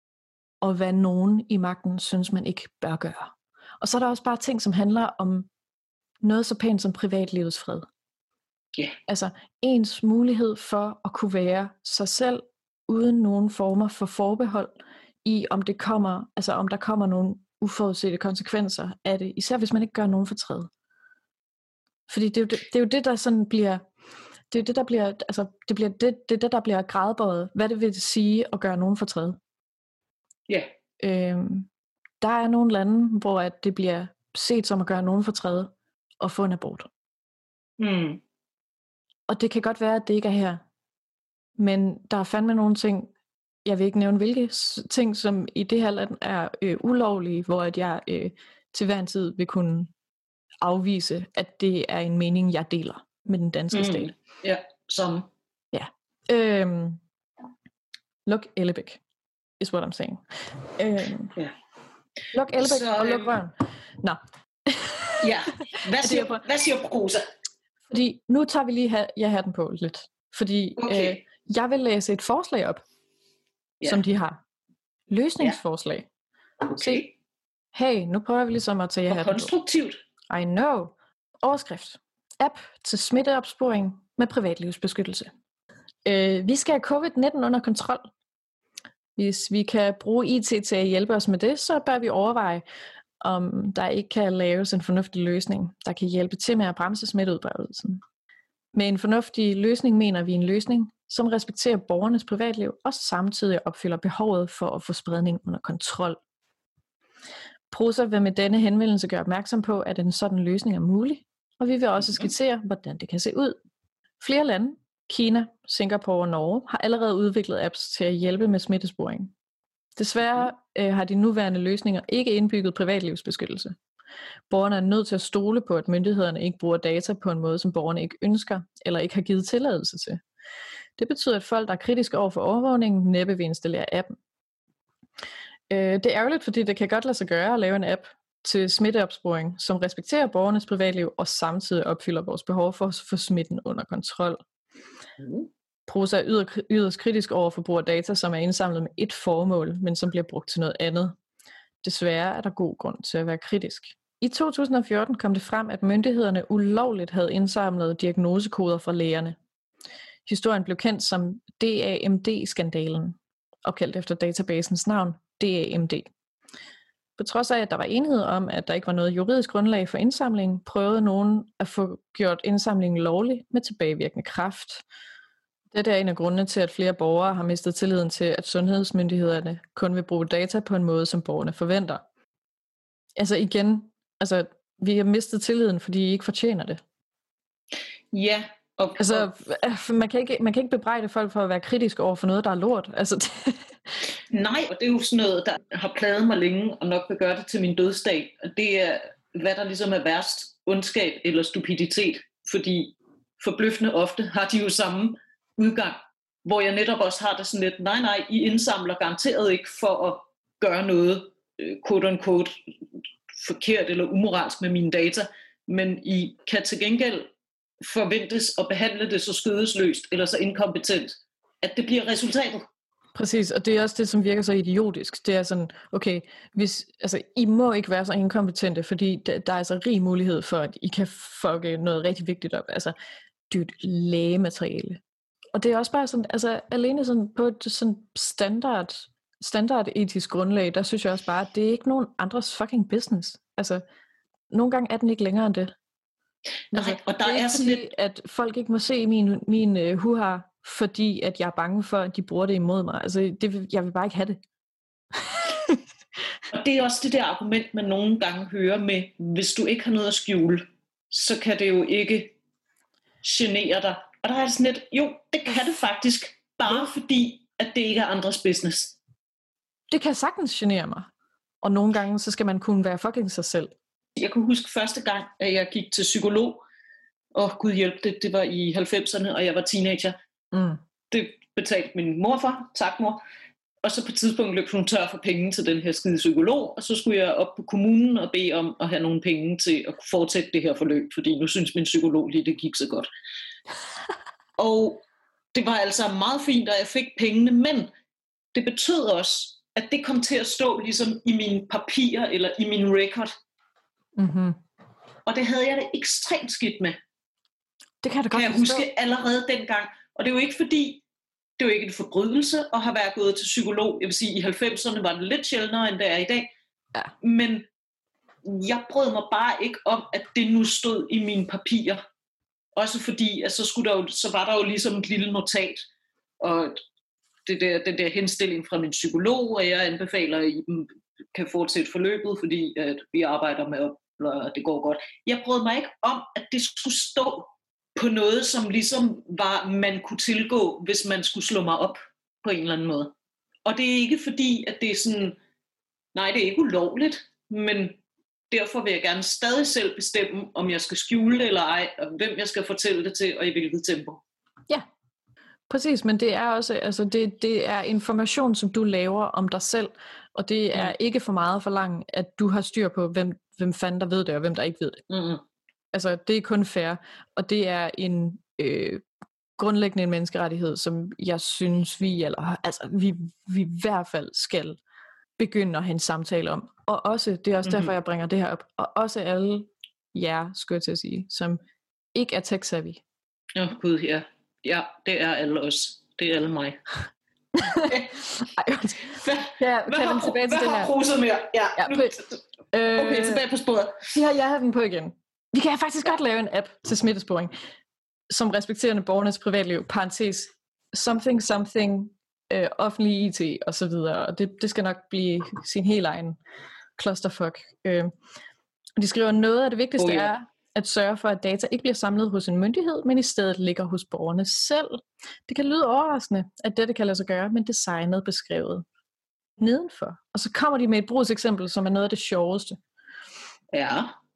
og hvad nogen i magten synes, man ikke bør gøre. Og så er der også bare ting, som handler om noget så pænt som privatlivets fred. Yeah. Altså ens mulighed for at kunne være sig selv, uden nogen former for forbehold i, om det kommer, altså om der kommer nogle uforudsete konsekvenser af det. Især hvis man ikke gør nogen fortræd. Fordi det er, jo det, det er jo det, der sådan bliver, det er det, der bliver, altså det bliver det, det er det, der bliver gradbøjet. Hvad det vil sige at gøre nogen fortræd. Ja. Yeah. Øhm, der er nogle lande, hvor at det bliver set som at gøre nogen fortræd og få en abort. Mm. Og det kan godt være, at det ikke er her. Men der er fandme nogle ting, jeg vil ikke nævne hvilke ting, som i det her land er øh, ulovlige, hvor at jeg øh, til hver en tid vil kunne afvise, at det er en mening, jeg deler med den danske mm. stat. Ja, som. Ja. Øhm, luk Ellebæk, is what I'm saying. Øhm, ja. Luk Ellebæk Så, og luk røven. Nå. Ja, hvad siger, hvad siger Prosa? Fordi nu tager vi lige ha- jeg har den på lidt. Fordi okay. øh, jeg vil læse et forslag op, ja. Som de har. Løsningsforslag. Ja. Okay. Se, hey, nu prøver vi ligesom at tage jer her. Konstruktivt. I know. Overskrift. App til smitteopsporing med privatlivsbeskyttelse. Øh, vi skal have covid nitten under kontrol. Hvis vi kan bruge I T til at hjælpe os med det, så bør vi overveje, om der ikke kan laves en fornuftig løsning, der kan hjælpe til med at bremse smitteudbredelsen. Med en fornuftig løsning mener vi en løsning, som respekterer borgernes privatliv og samtidig opfylder behovet for at få spredning under kontrol. Prosa vil med denne henvendelse gøre opmærksom på, at en sådan løsning er mulig, og vi vil også skitsere, hvordan det kan se ud. Flere lande, Kina, Singapore og Norge, har allerede udviklet apps til at hjælpe med smittesporing. Desværre øh, har de nuværende løsninger ikke indbygget privatlivsbeskyttelse. Borgerne er nødt til at stole på, at myndighederne ikke bruger data på en måde, som borgerne ikke ønsker, eller ikke har givet tilladelse til. Det betyder, at folk, der er kritiske over for overvågningen, næppe vil installere appen. Øh, det er ærgerligt, fordi det kan godt lade sig gøre at lave en app, til smitteopsporing, som respekterer borgernes privatliv og samtidig opfylder vores behov for at få smitten under kontrol. Mm. Prosa er yder, yderst kritisk over for brug af data, som er indsamlet med et formål, men som bliver brugt til noget andet. Desværre er der god grund til at være kritisk. I to tusind og fjorten kom det frem, at myndighederne ulovligt havde indsamlet diagnosekoder fra lægerne. Historien blev kendt som D A M D-skandalen, opkaldt efter databasens navn, D A M D. På trods af, at der var enighed om, at der ikke var noget juridisk grundlag for indsamlingen, prøvede nogen at få gjort indsamlingen lovlig med tilbagevirkende kraft. Dette er en af grundene til, at flere borgere har mistet tilliden til, at sundhedsmyndighederne kun vil bruge data på en måde, som borgerne forventer. Altså igen, altså, vi har mistet tilliden, fordi I ikke fortjener det. Ja. Og, altså, man kan, ikke, man kan ikke bebrejde folk for at være kritisk over for noget, der er lort. Altså, det... Nej, og det er jo sådan noget, der har plaget mig længe, og nok vil gøre det til min dødsdag. Og det er, hvad der ligesom er værst, ondskab eller stupiditet. Fordi forbløffende ofte har de jo samme udgang, hvor jeg netop også har det sådan lidt, nej, nej, I indsamler garanteret ikke for at gøre noget, quote unquote, forkert eller umoralsk med mine data, men I kan til gengæld forventes at behandle det så skødesløst eller så inkompetent, at det bliver resultatet. Præcis, og det er også det, som virker så idiotisk. Det er sådan, okay, hvis, altså, I må ikke være så inkompetente, fordi der, der er altså rig mulighed for, at I kan fucke noget rigtig vigtigt op. Altså, dyrt lægemateriale. Og det er også bare sådan, altså alene sådan på et sådan standard, standard etisk grundlag, der synes jeg også bare, at det er ikke nogen andres fucking business. Altså, nogle gange er den ikke længere end det. Altså, Nej, og der det er, er sådan fordi, lidt... at folk ikke må se min, min uh, huhar, fordi at jeg er bange for, at de bruger det imod mig. Altså, det, jeg vil bare ikke have det. Og det er også det der argument, man nogle gange hører med, hvis du ikke har noget at skjule, så kan det jo ikke genere dig. Og der er sådan lidt, jo, det kan det faktisk, bare fordi, at det ikke er andres business. Det kan sagtens genere mig. Og nogle gange, så skal man kunne være fucking sig selv. Jeg kunne huske første gang, at jeg gik til psykolog, og gud hjælp det, det var i halvfemserne, og jeg var teenager. Mm. Det betalte min mor for, tak mor. Og så på et tidspunkt løb hun tør for penge til den her skide psykolog, og så skulle jeg op på kommunen og bede om at have nogle penge til at fortsætte det her forløb, fordi nu synes min psykolog lige, det gik så godt. Og det var altså meget fint, at jeg fik pengene, men det betød også, at det kom til at stå ligesom i mine papirer eller i min record. Mm-hmm. Og det havde jeg det ekstremt skidt med. Det kan, kan jeg forstå. huske allerede dengang. Og det er jo ikke fordi, det er jo ikke en forbrydelse at have været gået til psykolog. Jeg vil sige, i halvfemserne var det lidt sjældnere, end det er i dag. Ja. Men jeg brød mig bare ikke om, at det nu stod i mine papirer. Også fordi, at så, skulle der jo, så var der jo ligesom et lille notat, og det der, den der henstilling fra min psykolog, og jeg anbefaler, at I kan fortsætte forløbet, fordi at vi arbejder med, og det går godt. Jeg brød mig ikke om, at det skulle stå på noget, som ligesom var, man kunne tilgå, hvis man skulle slå mig op på en eller anden måde. Og det er ikke fordi, at det er sådan, nej, det er ikke ulovligt, men derfor vil jeg gerne stadig selv bestemme, om jeg skal skjule det eller ej, og hvem jeg skal fortælle det til, og i hvilket tempo. Ja, præcis, men det er også, altså det, det er information, som du laver om dig selv, og det er mm. ikke for meget for langt, at du har styr på, hvem, hvem fanden der ved det, og hvem der ikke ved det. Mm-hmm. Altså, det er kun fair, og det er en øh, grundlæggende en menneskerettighed, som jeg synes, vi, eller, altså, vi, vi i hvert fald skal begynde at have en samtale om. Og også, det er også mm-hmm. derfor, jeg bringer det her op, og også alle jer, skulle jeg til at sige, som ikke er tech-savvy. Åh, oh, gud, ja. Ja, det er alle os. Det er alle mig. Ej, hvad ja, hvad har, tilbage til hvad det har her? Prosa mere? Ja, ja, nu, øh, okay, tilbage på sporet. De har jeg den på igen. Vi kan faktisk godt lave en app til smittesporing, som respekterende borgernes privatliv, parentes, something, something, øh, offentlig I T og så videre, og det, det skal nok blive sin helt egen clusterfuck. Øh, de skriver, noget af det vigtigste oh, ja. er at sørge for, at data ikke bliver samlet hos en myndighed, men i stedet ligger hos borgerne selv. Det kan lyde overraskende, at dette kan lade sig gøre, men designet beskrevet nedenfor. Og så kommer de med et brugseksempel, som er noget af det sjoveste. Ja.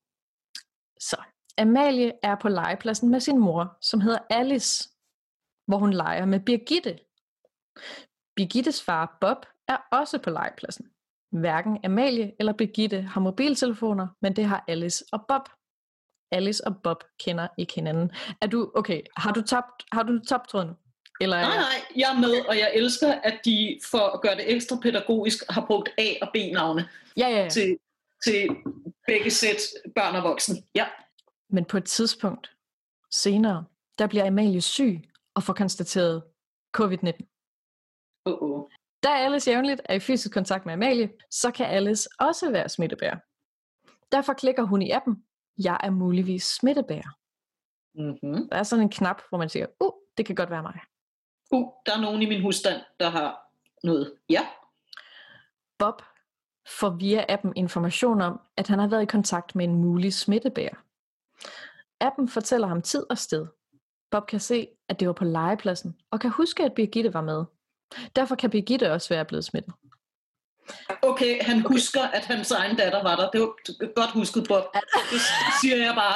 Så, Amalie er på legepladsen med sin mor, som hedder Alice, hvor hun leger med Birgitte. Birgittes far Bob er også på legepladsen. Hverken Amalie eller Birgitte har mobiltelefoner, men det har Alice og Bob. Alice og Bob kender ikke hinanden. Er du, okay, har du tabt, har du tabt tråden? Eller nej, nej, jeg er med, og jeg elsker, at de for at gøre det ekstra pædagogisk har brugt A- og B-navne ja, ja, ja. Til, til begge sæt børn og voksne. Ja. Men på et tidspunkt senere, der bliver Amalie syg og får konstateret covid nitten. Uh-oh. Da Alice jævnligt er i fysisk kontakt med Amalie, så kan Alice også være smittebærer. Derfor klikker hun i appen, jeg er muligvis smittebærer. Mm-hmm. Der er sådan en knap, hvor man siger, uh, det kan godt være mig. Uh, der er nogen i min husstand, der har noget. Ja. Bob får via appen information om, at han har været i kontakt med en mulig smittebærer. Appen fortæller ham tid og sted. Bob kan se, at det var på legepladsen, og kan huske, at Birgitte var med. Derfor kan Birgitte også være blevet smittet. Okay, han okay. husker, at hans egen datter var der. Det var godt husket, Bob. Det siger jeg bare.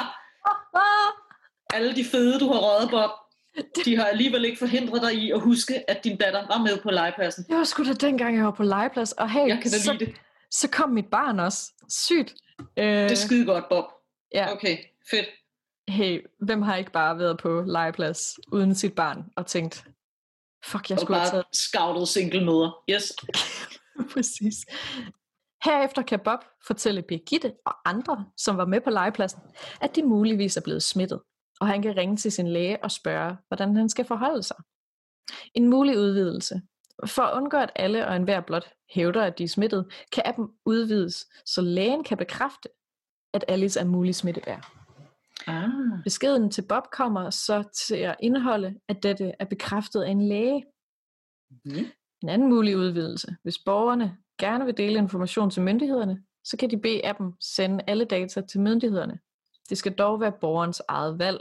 Alle de fede, du har røget, Bob, de har alligevel ikke forhindret dig i at huske, at din datter var med på legepladsen. Det var sgu da dengang, jeg var på legeplads, og hey, jeg kan da så, lide det. Så kom mit barn også. Sygt. Øh, det er skide godt, Bob. Ja. Okay, fedt. Hey, hvem har ikke bare været på legeplads uden sit barn og tænkt, fuck, jeg skulle have taget... scoutet single møder. Yes. Præcis. Herefter kan Bob fortælle Birgitte og andre, som var med på legepladsen, at de muligvis er blevet smittet, og han kan ringe til sin læge og spørge, hvordan han skal forholde sig. En mulig udvidelse. For at undgå, at alle og enhver blot hævder, at de er smittet, kan appen udvides, så lægen kan bekræfte, at Alice er mulig smittebærer. Ah. Beskeden til Bob kommer så til at indeholde, at dette er bekræftet af en læge. Mm. En anden mulig udvidelse. Hvis borgerne gerne vil dele information til myndighederne, så kan de bede appen sende alle data til myndighederne. Det skal dog være borgerens eget valg.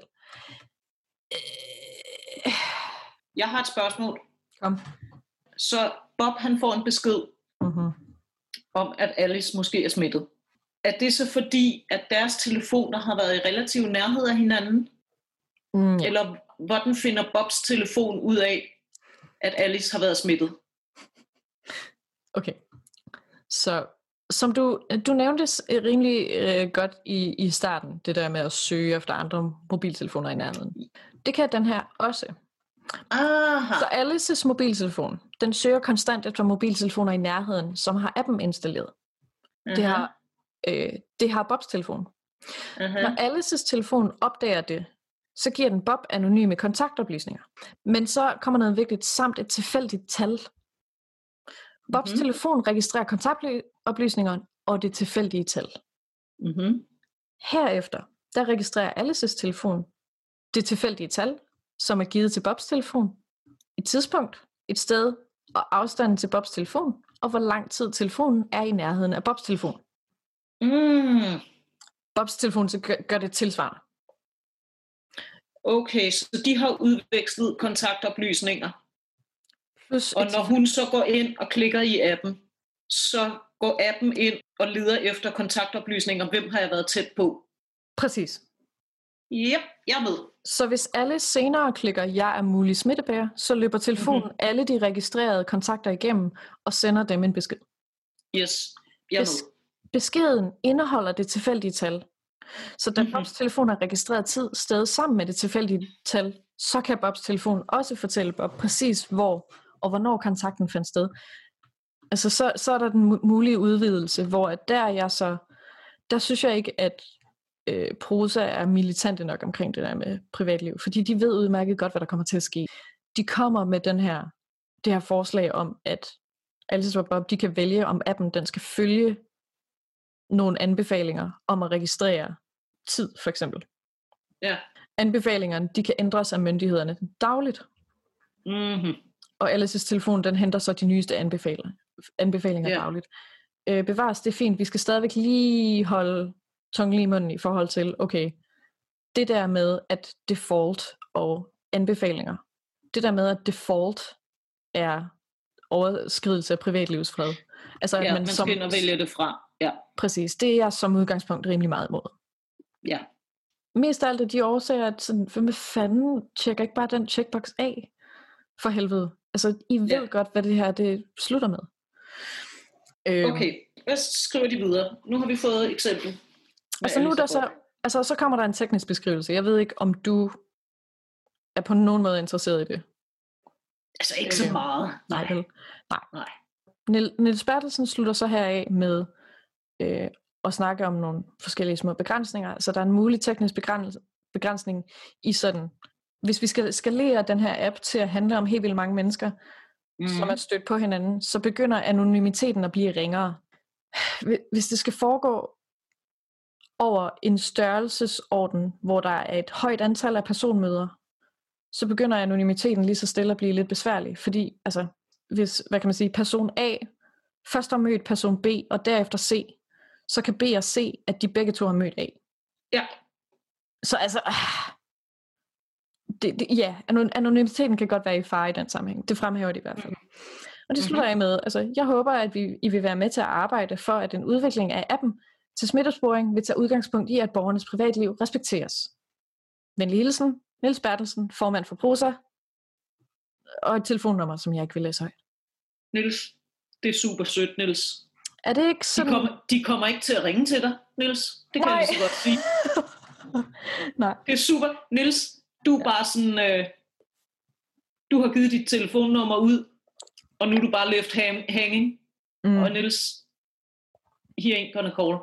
Jeg har et spørgsmål. Kom. Så Bob han får en besked uh-huh. om, at Alice måske er smittet. Er det så fordi, at deres telefoner har været i relativ nærhed af hinanden? Mm, ja. Eller hvordan finder Bobs telefon ud af, at Alice har været smittet? Okay. Så som du, du nævnte rimelig øh, godt i, i starten, det der med at søge efter andre mobiltelefoner i nærheden. Det kan den her også. Aha. Så Alice's mobiltelefon, den søger konstant efter mobiltelefoner i nærheden, som har appen installeret. Uh-huh. Det har Øh, det har Bobs telefon. Uh-huh. Når Alice's telefon opdager det, så giver den Bob anonyme kontaktoplysninger. Men så kommer noget vigtigt, samt et tilfældigt tal. Bobs uh-huh. telefon registrerer kontaktoplysninger og det tilfældige tal. Uh-huh. Herefter, der registrerer Alice's telefon det tilfældige tal, som er givet til Bobs telefon, et tidspunkt, et sted og afstanden til Bobs telefon, og hvor lang tid telefonen er i nærheden af Bobs telefon. Mm. Bobs telefon så gør, gør det tilsvarende. Okay, så de har udvekslet kontaktoplysninger. Plus og når hun så går ind og klikker i appen, så går appen ind og leder efter kontaktoplysninger. Hvem har jeg været tæt på? Præcis. Yep, jeg er med. Så hvis alle senere klikker, jeg er mulig smittebærer, så løber telefonen mm-hmm. alle de registrerede kontakter igennem og sender dem en besked. Yes, jeg er Bes- med. Beskeden indeholder det tilfældige tal. Så da mm-hmm. Bobs telefon er registreret tid sted sammen med det tilfældige tal, så kan Bobs telefon også fortælle Bob præcis hvor og hvornår kontakten fandt sted. Altså så, så er der den mulige udvidelse, hvor at der jeg så, der synes jeg ikke, at øh, prosa er militante nok omkring det der med privatliv, fordi de ved udmærket godt, hvad der kommer til at ske. De kommer med den her, det her forslag om, at Alice og Bob, de kan vælge, om appen den skal følge nogle anbefalinger om at registrere tid, for eksempel. Ja. Anbefalingerne, de kan ændres af myndighederne dagligt. Mm-hmm. Og Alice's telefon, den henter så de nyeste anbefalinger, anbefalinger yeah. dagligt. Øh, bevares, det er fint. Vi skal stadigvæk lige holde tungen lige i munden i forhold til, okay, det der med, at default og anbefalinger, det der med, at default er overskridelse af privatlivsfred. Altså, ja, at man, man som, skal ind og vælge det fra. Ja. Præcis, det er jeg som udgangspunkt rimelig meget imod. Ja. Mest af alt af de årsager, at sådan, hvad fanden tjekker ikke bare den checkbox af? For helvede. Altså, I ved ja. godt, hvad det her det slutter med. Øh, okay, hvad skriver de videre? Nu har vi fået et eksempel. Altså nu der så, altså, så kommer der en teknisk beskrivelse. Jeg ved ikke, om du er på nogen måde interesseret i det. Altså ikke så meget. Nej. Nej. Nej. Nej. Niels Bertelsen slutter så heraf med øh, at snakke om nogle forskellige små begrænsninger. Så der er en mulig teknisk begrænsning i sådan, hvis vi skal skalere den her app til at handle om helt vildt mange mennesker, mm. som er stødt på hinanden, så begynder anonymiteten at blive ringere. Hvis det skal foregå over en størrelsesorden, hvor der er et højt antal af personmøder, så begynder anonymiteten lige så stille at blive lidt besværlig, fordi altså, hvis, hvad kan man sige, person A først har mødt person B, og derefter C, så kan B og C, at de begge to har mødt A. Ja. Så altså, det, det, ja, anonymiteten kan godt være i fare i den sammenhæng. Det fremhæver de i hvert fald. Og det slutter jeg med, altså, jeg håber, at vi, I vil være med til at arbejde for, at en udvikling af appen til smittesporing vil tage udgangspunkt i, at borgernes privatliv respekteres. Venlig hilsen, Niels Bertelsen, formand for Prosa, og et telefonnummer, som jeg ikke vil læse højt. Niels, det er super sødt, Niels. Er det ikke sådan... De kommer, de kommer ikke til at ringe til dig, Niels. Det kan Nej. jeg så godt sige. Nej. Det er super. Niels, du er ja. bare sådan... Øh, du har givet dit telefonnummer ud, og nu er du bare left hanging. Mm. Og Niels, he ain't gonna call.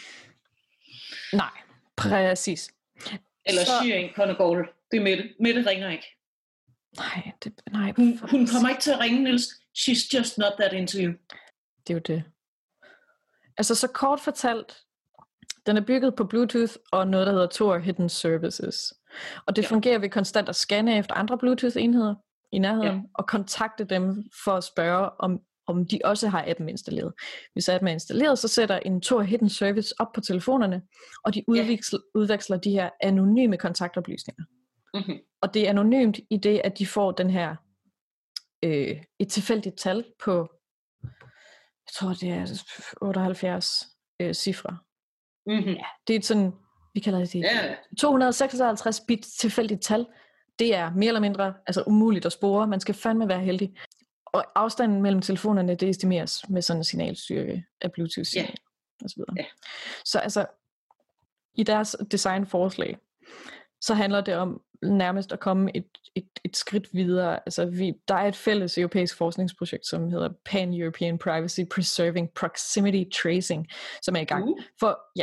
Nej, præcis. Eller så... she ain't gonna call. Det er Mette. Mette ringer ikke. Nej, det, nej. Hun, hun kommer ikke til at ringe, Niels. She's just not that into you. Det er jo det. Altså så kort fortalt, den er bygget på Bluetooth og noget, der hedder Tor Hidden Services. Og det ja. fungerer ved konstant at scanne efter andre Bluetooth-enheder i nærheden, ja. og kontakte dem for at spørge, om, om de også har appen installeret. Hvis appen er installeret, så sætter en Tor Hidden Service op på telefonerne, og de udveksler, ja. udveksler de her anonyme kontaktoplysninger. Mm-hmm. Og det er anonymt i det, at de får den her øh, et tilfældigt tal på, jeg tror det er otteoghalvfjerds øh, cifre. Mm-hmm. Ja, det er et sådan, vi kalder det yeah. to hundrede seksoghalvtreds bit tilfældigt tal. Det er mere eller mindre altså umuligt at spore. Man skal fandme være heldig. Og afstanden mellem telefonerne, det estimeres med sådan en signalstyrke af Bluetooth-signal yeah. og så videre. Yeah. Så altså, i deres designforslag, så handler det om nærmest at komme et, et, et skridt videre. Altså, vi, der er et fælles europæisk forskningsprojekt, som hedder Pan-European Privacy Preserving Proximity Tracing, som er i gang. Uh. For, ja,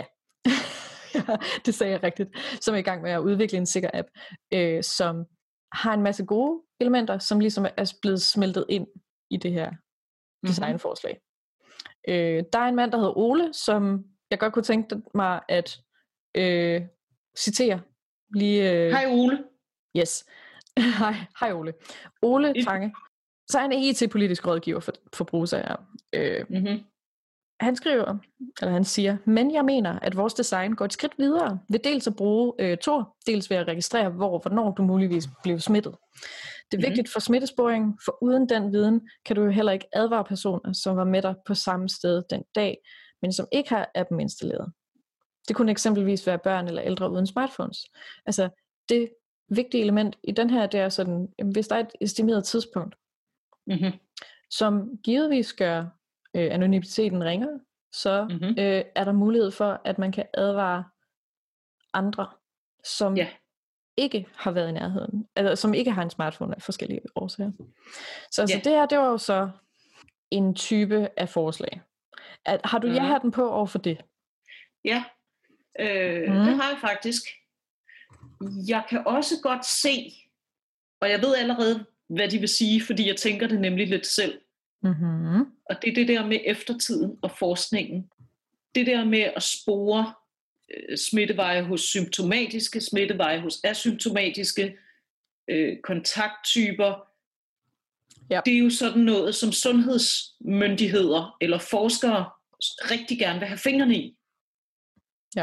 det sagde jeg rigtigt, som er i gang med at udvikle en sikker app, øh, som har en masse gode elementer, som ligesom er blevet smeltet ind i det her designforslag. Mm-hmm. Øh, der er en mand, der hedder Ole, som jeg godt kunne tænke mig at øh, citere. Lige, øh... Hej Ole. Yes. Hej, hej Ole. Ole Tange. Så er han I T-politisk rådgiver for, for Prosa her. Øh, mm-hmm. Han skriver, eller han siger, men jeg mener, at vores design går et skridt videre ved dels at bruge øh, Tor, dels ved at registrere, hvor og hvornår du muligvis blev smittet. Det er mm-hmm. vigtigt for smittesporing, for uden den viden kan du jo heller ikke advare personer, som var med dig på samme sted den dag, men som ikke har appen installeret. Det kunne eksempelvis være børn eller ældre uden smartphones. Altså, det vigtige element i den her, det er sådan, hvis der er et estimeret tidspunkt, mm-hmm. som givetvis gør øh, anonymiteten ringere, så mm-hmm. øh, er der mulighed for, at man kan advare andre, som yeah. ikke har været i nærheden, eller som ikke har en smartphone af forskellige årsager. Så altså, yeah. det her, det var jo så en type af forslag. At, har du mm. ja-hatten på over for det? Ja, øh, mm. det har jeg faktisk. Jeg kan også godt se, og jeg ved allerede, hvad de vil sige, fordi jeg tænker det nemlig lidt selv. Mm-hmm. Og det er det der med eftertiden og forskningen. Det der med at spore øh, smitteveje hos symptomatiske, smitteveje hos asymptomatiske, øh, kontakttyper. Ja. Det er jo sådan noget, som sundhedsmyndigheder eller forskere rigtig gerne vil have fingrene i. Ja.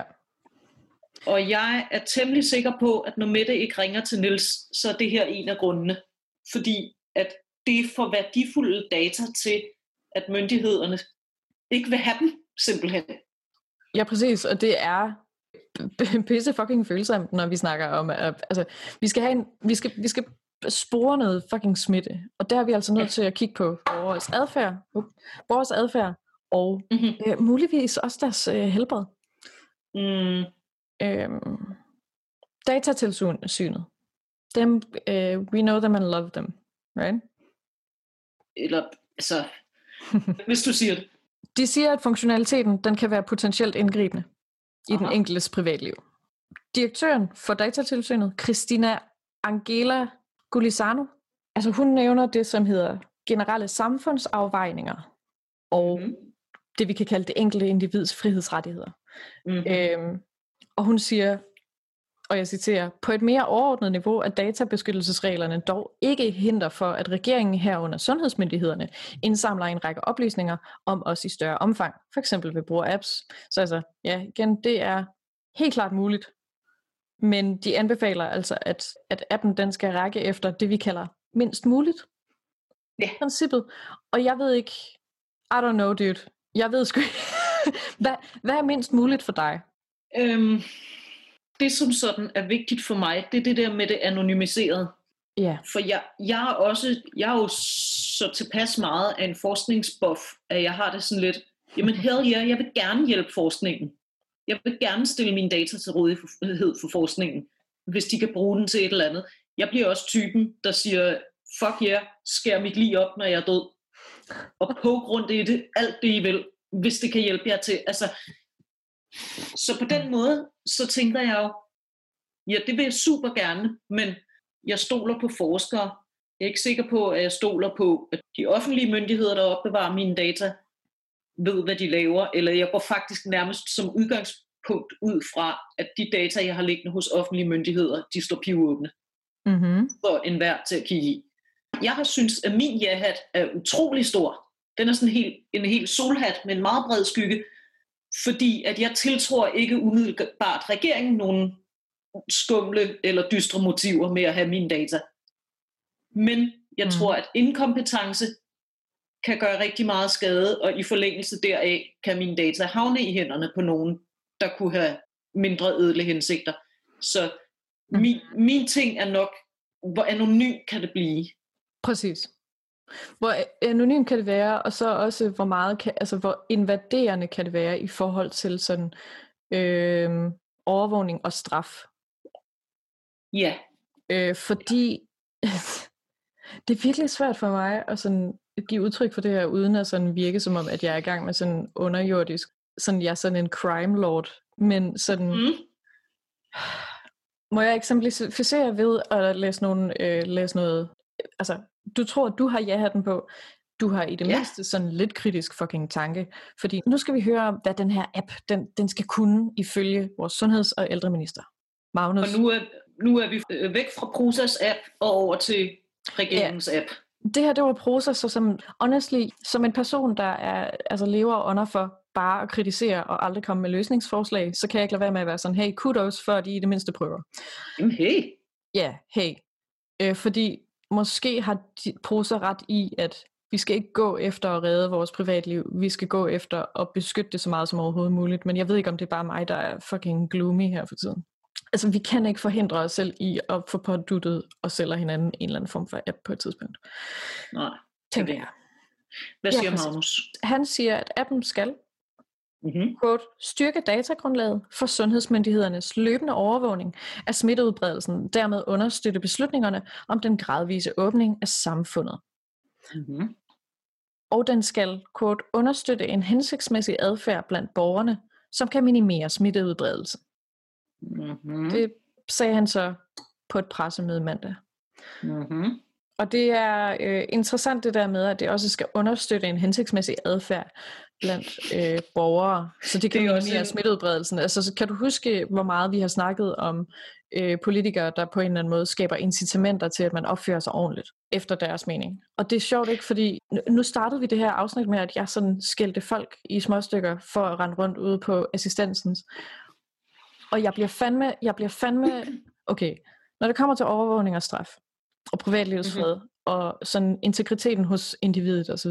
Og jeg er temmelig sikker på, at når Mette ikke ringer til Niels, så er det her en af grundene. Fordi at det er for værdifulde data til, at myndighederne ikke vil have dem, simpelthen. Ja, præcis. Og det er pisse fucking følsomt, når vi snakker om, at altså, vi skal have en, vi skal, vi skal spore noget fucking smitte. Og der er vi altså nødt til at kigge på vores adfærd, uh, vores adfærd og Mm-hmm. øh, muligvis også deres øh, helbred. Mm. Øhm, Datatilsynet. Dem, øh, we know them and love them, right? Eller, altså, hvis du siger det. De siger, at funktionaliteten den kan være potentielt indgribende i Aha. den enkeltes privatliv. Direktøren for Datatilsynet, Christina Angela Gulisano, altså hun nævner det, som hedder generelle samfundsafvejninger og Mm-hmm. det, vi kan kalde det enkelte individs frihedsrettigheder. Mm-hmm. Øhm, og hun siger, og jeg citerer, på et mere overordnet niveau er databeskyttelsesreglerne dog ikke hinder for, at regeringen herunder sundhedsmyndighederne indsamler en række oplysninger om os i større omfang, for eksempel ved brug af apps. Så altså, ja, igen, det er helt klart muligt, men de anbefaler altså, at, at appen den skal række efter det, vi kalder mindst muligt. Ja. Princippet. Og jeg ved ikke, I don't know, dude. Jeg ved sgu ikke. hvad, hvad er mindst muligt for dig? Øhm, det, som sådan er vigtigt for mig, det er det der med det anonymiserede. Ja. Yeah. For jeg, jeg, er også, jeg er jo så tilpas meget af en forskningsbuff, at jeg har det sådan lidt, jamen hell yeah, jeg vil gerne hjælpe forskningen. Jeg vil gerne stille mine data til rådighed for forskningen, hvis de kan bruge den til et eller andet. Jeg bliver også typen, der siger, fuck yeah, skær mit liv op, når jeg er død. Og på grund af det, alt det I vil, hvis det kan hjælpe jer til. Altså, så på den måde, så tænker jeg jo, ja, det vil jeg super gerne, men jeg stoler på forskere. Jeg er ikke sikker på, at jeg stoler på, at de offentlige myndigheder, der opbevarer mine data, ved, hvad de laver, eller jeg går faktisk nærmest som udgangspunkt ud fra, at de data, jeg har liggende hos offentlige myndigheder, de står pivåbne Mm-hmm. for enhver til at kigge i. Jeg har syntes, at min ja-hat er utrolig stor. Den er sådan helt, en helt solhat med en meget bred skygge, fordi at jeg tiltror ikke umiddelbart regeringen nogen skumle eller dystre motiver med at have mine data. Men jeg mm. tror, at inkompetence kan gøre rigtig meget skade, og i forlængelse deraf kan mine data havne i hænderne på nogen, der kunne have mindre ædle hensigter. Så mm. min, min ting er nok, hvor anonym kan det blive? Præcis. Hvor anonym kan det være, og så også hvor meget kan, altså hvor invaderende kan det være i forhold til sådan øh, overvågning og straf. Ja. Øh, fordi det er virkelig svært for mig at sådan give udtryk for det her, uden at sådan virke som om, at jeg er i gang med sådan underjordisk, sådan jeg er sådan en crime lord, men sådan mm. må jeg eksemplificere ved at læse, nogle, øh, læse noget, altså du tror, du har ja-hatten på, du har i det ja. mindste sådan lidt kritisk fucking tanke, fordi nu skal vi høre, hvad den her app, den, den skal kunne ifølge vores sundheds- og ældreminister, Magnus. Og nu er, nu er vi væk fra Prosas app og over til regeringens ja. app. Det her, det var Prosa, så som, honestly, som en person, der er, altså lever under for bare at kritisere og aldrig komme med løsningsforslag, så kan jeg ikke lade være med at være sådan, hey, kudos for, at I i det mindste prøver. Jamen hey. Ja, hey. Øh, fordi måske har Prosa ret i, at vi skal ikke gå efter at redde vores privatliv, vi skal gå efter at beskytte det så meget som overhovedet muligt, men jeg ved ikke, om det er bare mig, der er fucking gloomy her for tiden. Altså, vi kan ikke forhindre os selv i at få påduttet os selv og hinanden en eller anden form for app på et tidspunkt. Nej. Tænker jeg. Hvad siger ja, Magnus? Han siger, at appen skal mm-hmm. quote, styrke datagrundlaget for sundhedsmyndighedernes løbende overvågning af smitteudbredelsen, dermed understøtte beslutningerne om den gradvise åbning af samfundet. Mm-hmm. Og den skal quote, understøtte en hensigtsmæssig adfærd blandt borgerne, som kan minimere smitteudbredelsen. Mm-hmm. Det sagde han så på et pressemøde mandag. Mm-hmm. Og det er øh, interessant det der med, at det også skal understøtte en hensigtsmæssig adfærd blandt øh, borgere, så de kan det minimere en... smitteudbredelsen. Altså, så kan du huske, hvor meget vi har snakket om øh, politikere, der på en eller anden måde skaber incitamenter til, at man opfører sig ordentligt, efter deres mening. Og det er sjovt ikke, fordi nu startede vi det her afsnit med, at jeg sådan skældte folk i småstykker for at rende rundt ude på assistensens. Og jeg bliver fandme, jeg bliver fandme, okay, når det kommer til overvågning og straf, og privatlivets fred, mm-hmm. og sådan integriteten hos individet osv.,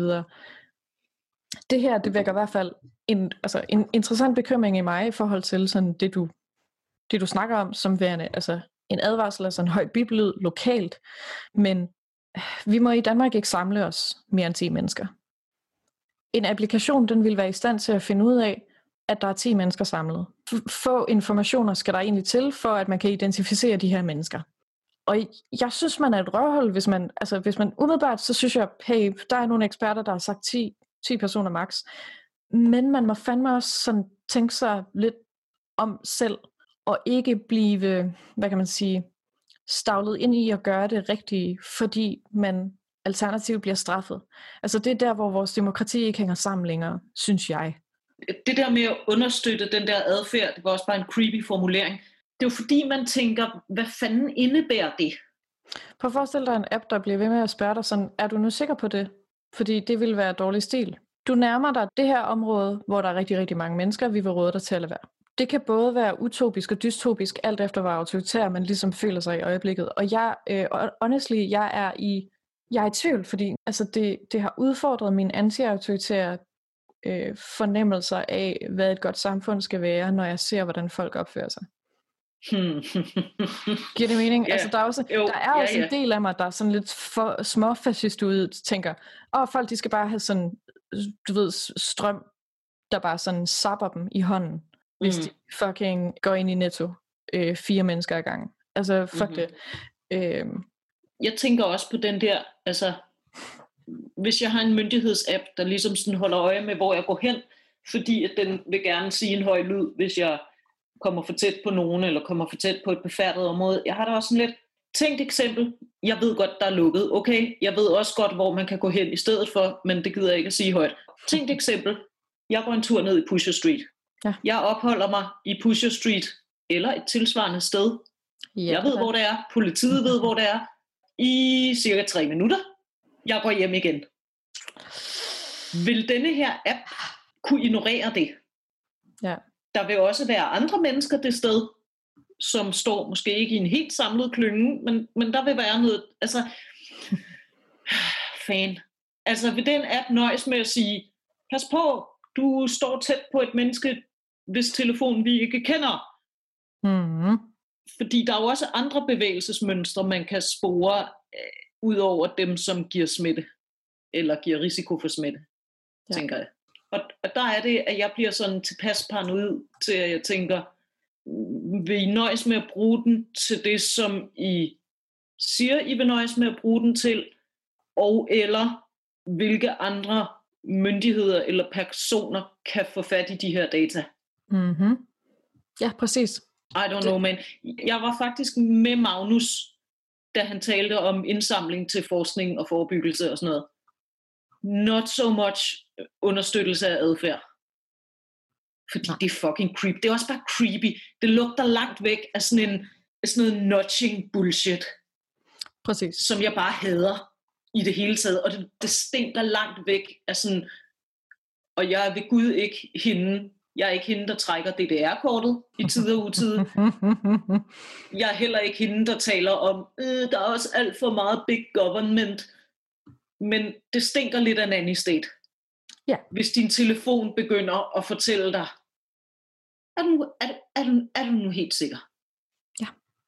det her, det vækker i hvert fald en, altså en interessant bekymring i mig i forhold til sådan det, du, det, du snakker om, som værende altså en advarsel, altså en høj bibellyd lokalt, men vi må i Danmark ikke samle os mere end ti mennesker. en applikation, den vil være i stand til at finde ud af, at der er ti mennesker samlet. Få informationer skal der egentlig til, for at man kan identificere de her mennesker. Og jeg synes, man er et røvhul, hvis man, altså hvis man umiddelbart, så synes jeg, hey, der er nogle eksperter, der har sagt ti, ti personer max. Men man må fandme også sådan tænke sig lidt om selv, og ikke blive, hvad kan man sige, stavlet ind i at gøre det rigtige, fordi man alternativt bliver straffet. Altså det er der, hvor vores demokrati ikke hænger sammen længere, synes jeg. Det der med at understøtte den der adfærd, det var også bare en creepy formulering. Det er jo fordi, man tænker, hvad fanden indebærer det? Prøv at forestille dig en app, der bliver ved med at spørge dig sådan, er du nu sikker på det? Fordi det vil være dårlig stil. Du nærmer dig det her område, hvor der er rigtig, rigtig mange mennesker, vi vil råde dig til at lade være. Det kan både være utopisk og dystopisk, alt efter hvor autoritær man ligesom føler sig i øjeblikket. Og jeg, øh, honestly, jeg er i, jeg er i tvivl, fordi altså det, det har udfordret mine anti-autoritære øh, fornemmelser af, hvad et godt samfund skal være, når jeg ser, hvordan folk opfører sig. Giver det mening? Yeah. Altså, der er også, jo, der er yeah, også yeah. en del af mig, der er sådan lidt for småfascist ud, tænker, åh, folk de skal bare have sådan, du ved, strøm, der bare sådan sapper dem i hånden, hvis mm. de fucking går ind i Netto øh, fire mennesker ad gangen. Altså, fuck mm-hmm. det. Øh. Jeg tænker også på den der, altså, hvis jeg har en myndighedsapp, der ligesom sådan holder øje med, hvor jeg går hen, fordi at den vil gerne sige en høj lyd, hvis jeg kommer for tæt på nogen, eller kommer for tæt på et befærdet område. Jeg har da også sådan lidt tænkt eksempel. Jeg ved godt, der er lukket. Okay, jeg ved også godt, hvor man kan gå hen i stedet for, men det gider jeg ikke at sige højt. Tænkt eksempel. Jeg går en tur ned i Pusher Street. Ja. Jeg opholder mig i Pusher Street, eller et tilsvarende sted. Ja, jeg ved, hvor det er. Politiet ved, hvor det er. I cirka tre minutter. Jeg går hjem igen. Vil denne her app kunne ignorere det? Ja. Der vil også være andre mennesker det sted, som står måske ikke i en helt samlet klynge, men, men der vil være noget, altså, fan. Altså vil den app nøjes med at sige, pas på, du står tæt på et menneske, hvis telefon vi ikke kender. Mm-hmm. Fordi der er jo også andre bevægelsesmønstre, man kan spore, øh, ud over dem, som giver smitte, eller giver risiko for smitte, ja. Tænker jeg. Og, og der er det, at jeg bliver sådan tilpas paranoid til, at jeg tænker, vil I nøjes med at bruge den til det, som I siger, I vil nøjes med at bruge den til, og eller hvilke andre myndigheder eller personer kan få fat i de her data? Mm-hmm. Ja, præcis. I don't know, men jeg var faktisk med Magnus, da han talte om indsamling til forskning og forebyggelse og sådan noget. Not so much understøttelse af adfærd. Fordi Nej. Det er fucking creepy. Det er også bare creepy. Det lugter langt væk af sådan en sådan noget nudging bullshit. Præcis. Som jeg bare hader i det hele taget. Og det, det stinker langt væk af sådan, og jeg er ved Gud ikke hende, jeg er ikke hende, der trækker D D R-kortet i tid og utid. Jeg er heller ikke hende, der taler om, øh, der er også alt for meget big government. Men det stinker lidt af nanny state. Ja. Hvis din telefon begynder at fortælle dig, er du, er, er, du, er du nu helt sikker? Ja.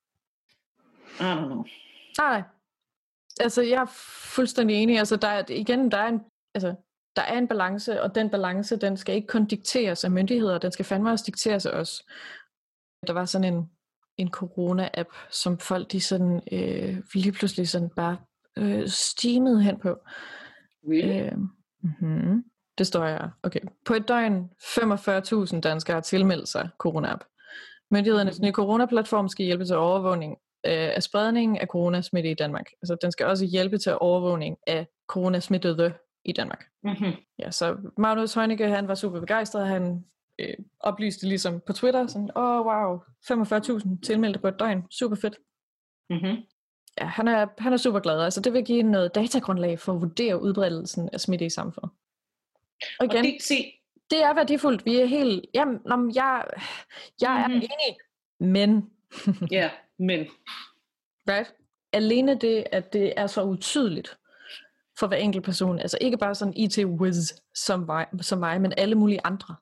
I don't know. Nej, altså jeg er fuldstændig enig. Altså der er, igen, der er en, altså der er en balance, og den balance, den skal ikke kun dikteres af myndigheder, den skal fandme også dikteres af os. Der var sådan en, en corona-app, som folk de sådan øh, lige pludselig sådan bare øh, steamede hen på. Really? Øh, mm-hmm. Det står jeg. Okay. På et døgn femogfyrre tusind danskere har tilmeldt sig corona-app. Myndighedernes nye coronaplatform skal hjælpe til overvågning øh, af spredningen af coronasmitte i Danmark. Altså den skal også hjælpe til overvågning af coronasmittede i Danmark. Mm-hmm. Ja, så Magnus Heunicke, han var super begejstret. Han øh, oplyste ligesom på Twitter, sådan, åh oh, wow, femogfyrre tusind tilmeldte på et døgn. Super fedt. Mm-hmm. Ja, han er, han er super glad. Altså det vil give noget datagrundlag for at vurdere udbredelsen af smitte i samfundet. Og igen, og det, se. det er værdifuldt. Vi er helt, jamen, jeg, jeg er mm-hmm. enig, men... Ja, yeah, men... Right? Alene det, at det er så utydeligt for hver enkelt person, altså ikke bare sådan I T-whiz som mig, som mig, men alle mulige andre.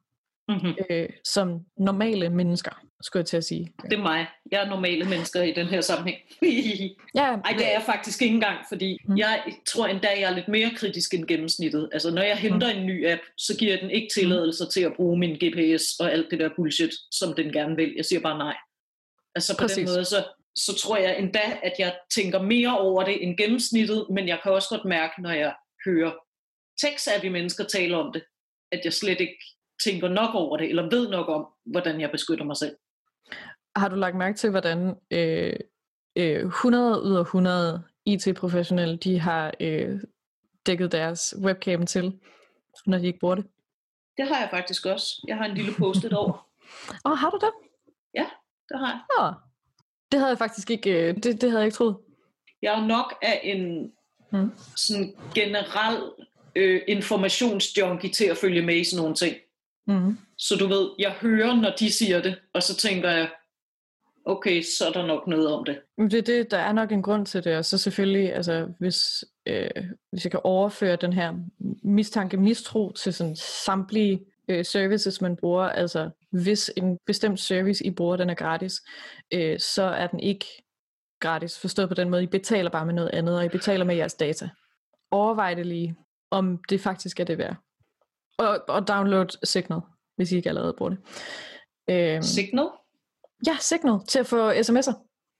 Mm-hmm. øh, som normale mennesker, skulle jeg til at sige. Det er mig. Jeg er normale mennesker i den her sammenhæng. Ja, Ej, det er jeg faktisk ikke engang, fordi mm. jeg tror endda, jeg er lidt mere kritisk end gennemsnittet. Altså, når jeg henter mm. en ny app, så giver den ikke tilladelser til at bruge min G P S og alt det der bullshit, som den gerne vil. Jeg siger bare nej. Altså, på Præcis. Den måde, så, så tror jeg endda, at jeg tænker mere over det end gennemsnittet, men jeg kan også godt mærke, når jeg hører tech-savvy mennesker tale om det, at jeg slet ikke tænker nok over det, eller ved nok om, hvordan jeg beskytter mig selv. Har du lagt mærke til, hvordan øh, øh, hundrede ud af hundrede I T-professionelle, de har øh, dækket deres webcam til, når de ikke bruger det? Det har jeg faktisk også. Jeg har en lille post-it over. Åh, oh, har du det? Ja, det har jeg. Oh, det havde jeg faktisk ikke, øh, det, det havde jeg ikke troet. Jeg er nok af en hmm. sådan generel øh, informationsjunkie til at følge med i sådan nogle ting. Mm. Så du ved, jeg hører, når de siger det, og så tænker jeg, okay, så er der nok noget om det. Det er det, der er nok en grund til det, og så selvfølgelig, altså, hvis, øh, hvis jeg kan overføre den her mistanke, mistro til sådan samtlige øh, services, man bruger, altså hvis en bestemt service, I bruger, den er gratis, øh, så er den ikke gratis, forstået på den måde, I betaler bare med noget andet, og I betaler med jeres data. Overvej det lige, om det faktisk er det værd. Og, og download Signal, hvis I ikke allerede bruger det. Øhm, Signal? Ja, Signal, til at få sms'er.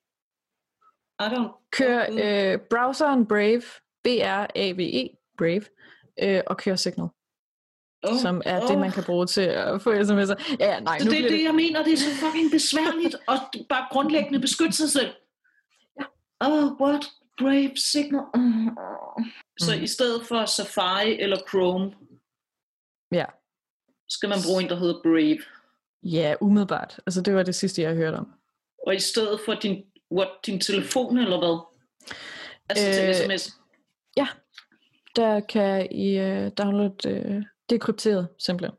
I don't... Kør øh, browseren Brave, B R A V E, Brave, øh, og kør Signal. Oh, som er oh. det, man kan bruge til at få sms'er. Ja, ja, nej, så nu det er det, det, jeg mener, det er så fucking besværligt, og bare grundlæggende beskytte sig selv. Ja. Oh, what? Brave, Signal. Mm. Så mm. i stedet for Safari eller Chrome, ja. skal man bruge en, der hedder Brave. Ja, umiddelbart. Altså, det var det sidste, jeg hørte om. Og i stedet for din, what, din telefon, eller hvad? Altså øh, til sms? Ja, der kan I uh, downloade, uh, det er krypteret, simpelthen.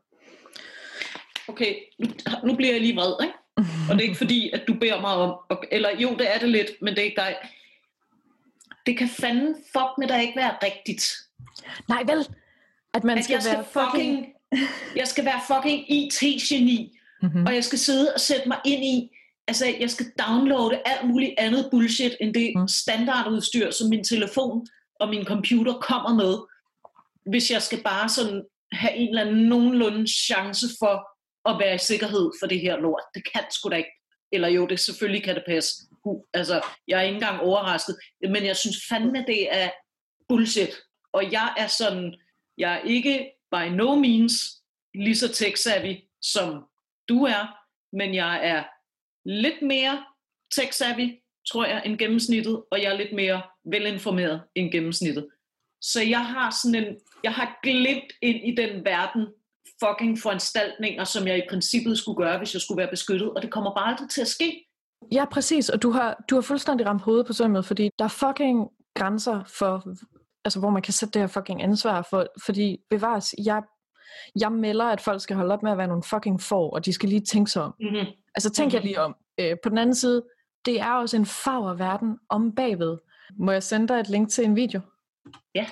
Okay, nu, nu bliver jeg lige vred, ikke? Og det er ikke fordi, at du beder mig om, eller jo, det er det lidt, men det er ikke dig. Det kan fandme fuck med der ikke være rigtigt. Nej, vel? At man at skal, jeg skal være fucking, fucking jeg skal være fucking I T-geni, mm-hmm. og jeg skal sidde og sætte mig ind i, altså jeg skal downloade alt muligt andet bullshit, end det mm. standardudstyr, som min telefon og min computer kommer med, hvis jeg skal bare sådan have en eller anden nogenlunde chance for at være i sikkerhed for det her lort. Det kan sgu da ikke. Eller jo, det selvfølgelig kan det passe. Uh, altså, jeg er ikke engang overrasket, men jeg synes fandme, det er bullshit. Og jeg er sådan, jeg er ikke by no means lige så tech-savvy, som du er, men jeg er lidt mere tech-savvy, tror jeg, end gennemsnittet, og jeg er lidt mere velinformeret end gennemsnittet. Så jeg har sådan en, jeg har glemt ind i den verden fucking foranstaltninger, som jeg i princippet skulle gøre, hvis jeg skulle være beskyttet, og det kommer bare aldrig til at ske. Ja, præcis, og du har, du har fuldstændig ramt hovedet på sømmet, fordi der er fucking grænser for, altså hvor man kan sætte det her fucking ansvar for, fordi bevares, jeg, jeg melder, at folk skal holde op med at være nogle fucking får, og de skal lige tænke sig om. Mm-hmm. Altså tænk mm-hmm. jeg lige om. Øh, på den anden side, det er også en farver verden om bagved. Må jeg sende dig et link til en video? Ja.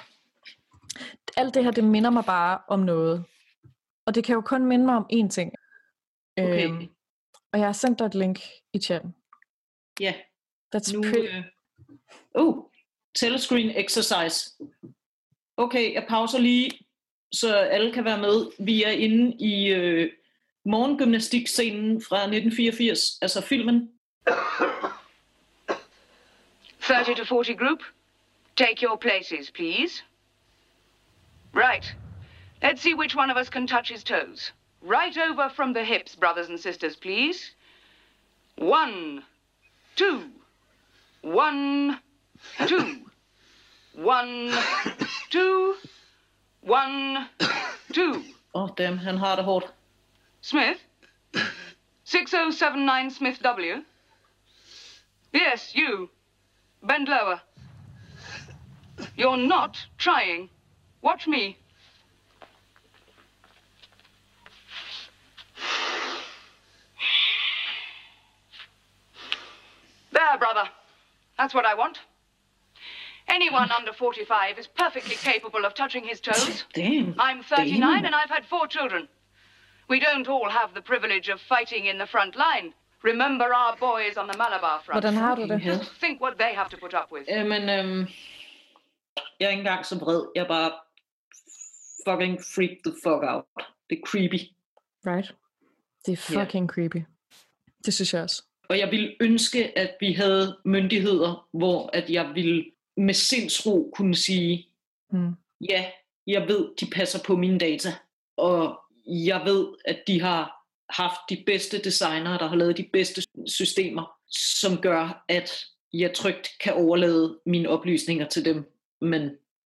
Alt det her, det minder mig bare om noget. Og det kan jo kun minde mig om én ting. Okay. Øhm, og jeg har sendt dig et link i chatten. Ja. Yeah. That's nu, pretty... Uh, uh, telescreen exercise. Okay, jeg pauser lige, så alle kan være med. Vi er inde i øh, morgengymnastikscenen fra nitten fireogfirs, altså filmen. thirty to forty group, take your places, please. Right. Let's see which one of us can touch his toes. Right over from the hips, brothers and sisters, please. One, two, one, two, one, two, one, two. Oh, damn, han har det hårdt. Smith? six oh seven nine Smith W. Yes, you. Bend lower. You're not trying. Watch me. There, brother. That's what I want. Anyone under forty-five is perfectly capable of touching his toes. Damn. I'm thirty-nine Damn. and I've had four children. We don't all have the privilege of fighting in the front line. Remember our boys on the Malabar front. Hvordan har du det? Just think what they have to put up with. Jamen, øhm, jeg er ikke engang så bred. Jeg er bare fucking freak the fuck out. Det er creepy. Right. Det er fucking yeah. creepy. Det synes jeg også. Og jeg ville ønske, at vi havde myndigheder, hvor at jeg ville med sindsro kunne sige, mm. ja, jeg ved, de passer på mine data. Og jeg ved, at de har haft de bedste designere, der har lavet de bedste systemer, som gør, at jeg trygt kan overlade mine oplysninger til dem. Men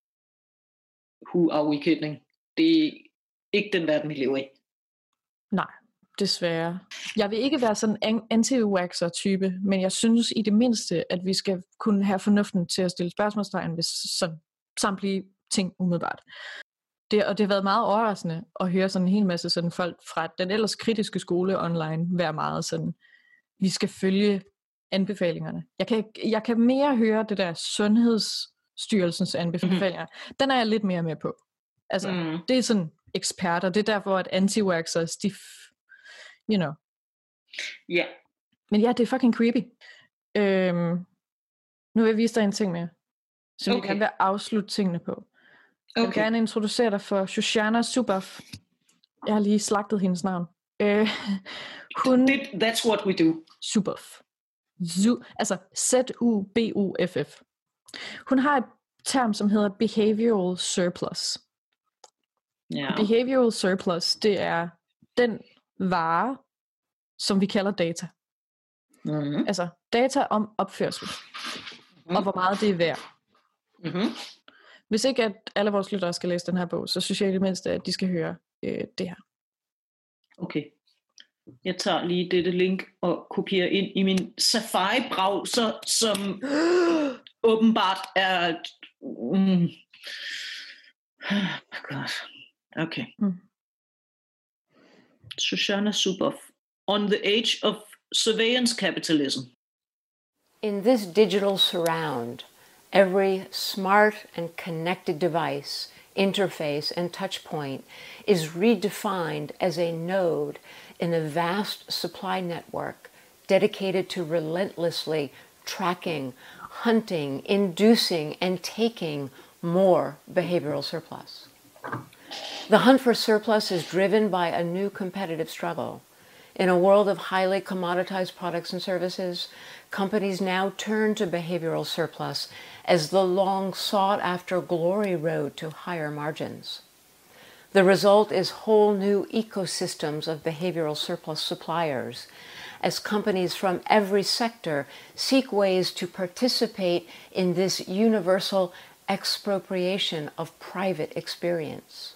who are we kidding? Det er ikke den verden, vi lever i. Nej, desværre. Jeg vil ikke være sådan en anti-waxer-type, men jeg synes i det mindste, at vi skal kunne have fornuften til at stille spørgsmålstegn ved sådan samtlige ting umiddelbart. Det, og det har været meget overraskende at høre sådan en hel masse sådan folk fra den ellers kritiske skole online være meget sådan, vi skal følge anbefalingerne. Jeg kan, jeg kan mere høre det der Sundhedsstyrelsens anbefalinger. Mm-hmm. Den er jeg lidt mere med på. Altså, mm. det er sådan eksperter. Det er derfor, at anti-waxers, de, you know. Ja. Yeah. Men ja, det er fucking creepy. Øhm, nu vil jeg vise dig en ting mere, som okay. vi kan være afslutte tingene på. Jeg vil okay. gerne introducere dig for Shoshana Zuboff. Jeg har lige slagtet hendes navn. Øh, hun... That's what we do. Zuboff. Zu, altså Z U B U F F. Hun har et term, som hedder behavioral surplus. Yeah. Behavioral surplus, det er den vare, som vi kalder data. Mm-hmm. Altså data om opførsel. Mm-hmm. Og hvor meget det er værd. Mm-hmm. Hvis ikke at alle vores lyttere skal læse den her bog, så synes jeg i det mindste, at de skal høre øh, det her. Okay. Jeg tager lige dette link og kopierer ind i min Safari-browser, som åbenbart er... Mm. Oh God. Okay. Mm. Shoshana Zuboff. On the Age of Surveillance Capitalism. In this digital surround, every smart and connected device, interface, and touchpoint is redefined as a node in a vast supply network dedicated to relentlessly tracking, hunting, inducing, and taking more behavioral surplus. The hunt for surplus is driven by a new competitive struggle. In a world of highly commoditized products and services, companies now turn to behavioral surplus as the long sought after glory road to higher margins. The result is whole new ecosystems of behavioral surplus suppliers, as companies from every sector seek ways to participate in this universal expropriation of private experience.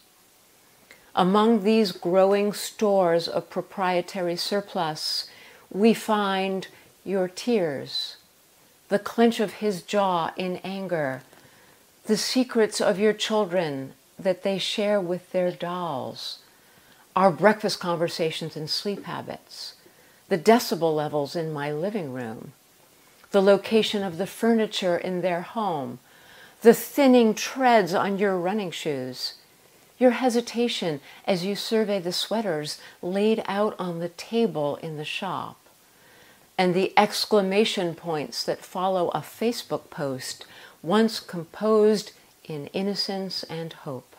Among these growing stores of proprietary surplus, we find your tears, the clench of his jaw in anger, the secrets of your children that they share with their dolls, our breakfast conversations and sleep habits, the decibel levels in my living room, the location of the furniture in their home, the thinning treads on your running shoes, your hesitation as you survey the sweaters laid out on the table in the shop, and the exclamation points that follow a Facebook post once composed in innocence and hope.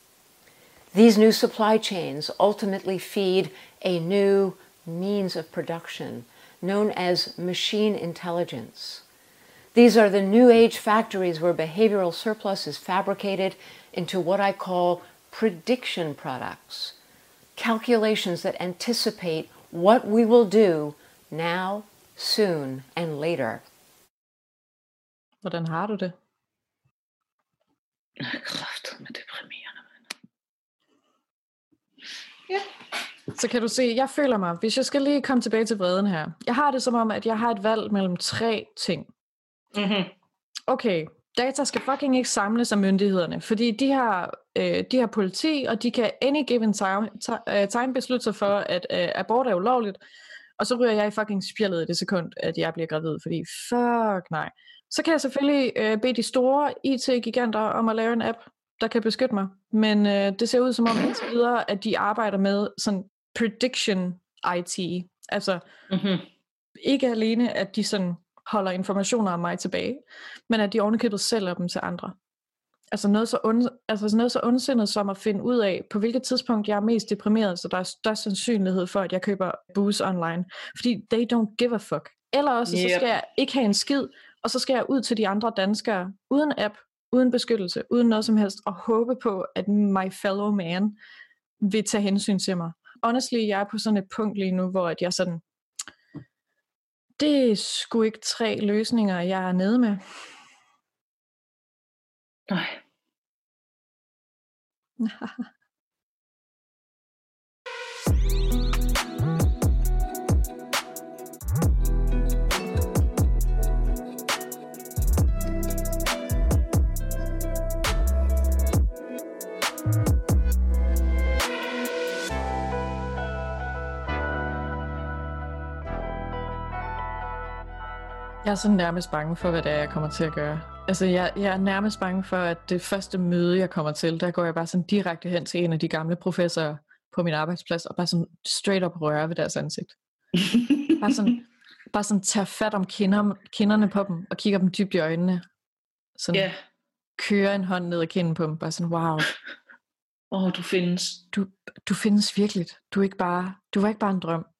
These new supply chains ultimately feed a new means of production known as machine intelligence. These are the new age factories where behavioral surplus is fabricated into what I call prediction products, calculations that anticipate what we will do now, soon, and later. Hvordan har du det? Kraftedeme deprimerende, mand. Ja. Så kan du se, jeg føler mig, hvis jeg skal lige komme tilbage til vreden her, jeg har det som om, at jeg har et valg mellem tre ting. Mm-hmm. Okay, data skal fucking ikke samles af myndighederne, fordi de har, øh, de har politi, og de kan any given time, time beslutte sig for, at øh, abort er ulovligt, og så ryger jeg i fucking spjældet i det sekund, at jeg bliver gravid, fordi fuck nej. Så kan jeg selvfølgelig øh, bede de store I T-giganter om at lave en app, der kan beskytte mig, men øh, det ser ud som om indtil videre, at de arbejder med sådan prediction I T. Altså, mm-hmm. ikke alene, at de sådan holder informationer om mig tilbage, men at de ovenikøbet sælger dem til andre. Altså noget så, und, altså noget så ondsindet som at finde ud af, på hvilket tidspunkt jeg er mest deprimeret, så der er størst sandsynlighed for, at jeg køber booze online. Fordi they don't give a fuck. Eller også, yep. så skal jeg ikke have en skid, og så skal jeg ud til de andre danskere, uden app, uden beskyttelse, uden noget som helst, og håbe på, at my fellow man vil tage hensyn til mig. Honestly, jeg er på sådan et punkt lige nu, hvor at jeg sådan, det er sgu ikke tre løsninger, jeg er nede med. Nej. Jeg er sådan nærmest bange for, hvad det er, jeg kommer til at gøre. Altså, jeg, jeg er nærmest bange for, at det første møde, jeg kommer til, der går jeg bare sådan direkte hen til en af de gamle professorer på min arbejdsplads, og bare sådan straight up røre ved deres ansigt. bare sådan, bare sådan tager fat om kinder, kinderne på dem, og kigger dem dybt i øjnene. Sådan yeah. kører en hånd ned ad kinden på dem, bare sådan, wow. Åh, oh, du findes. Du, du findes virkelig. Du er ikke bare, du var ikke bare en drøm.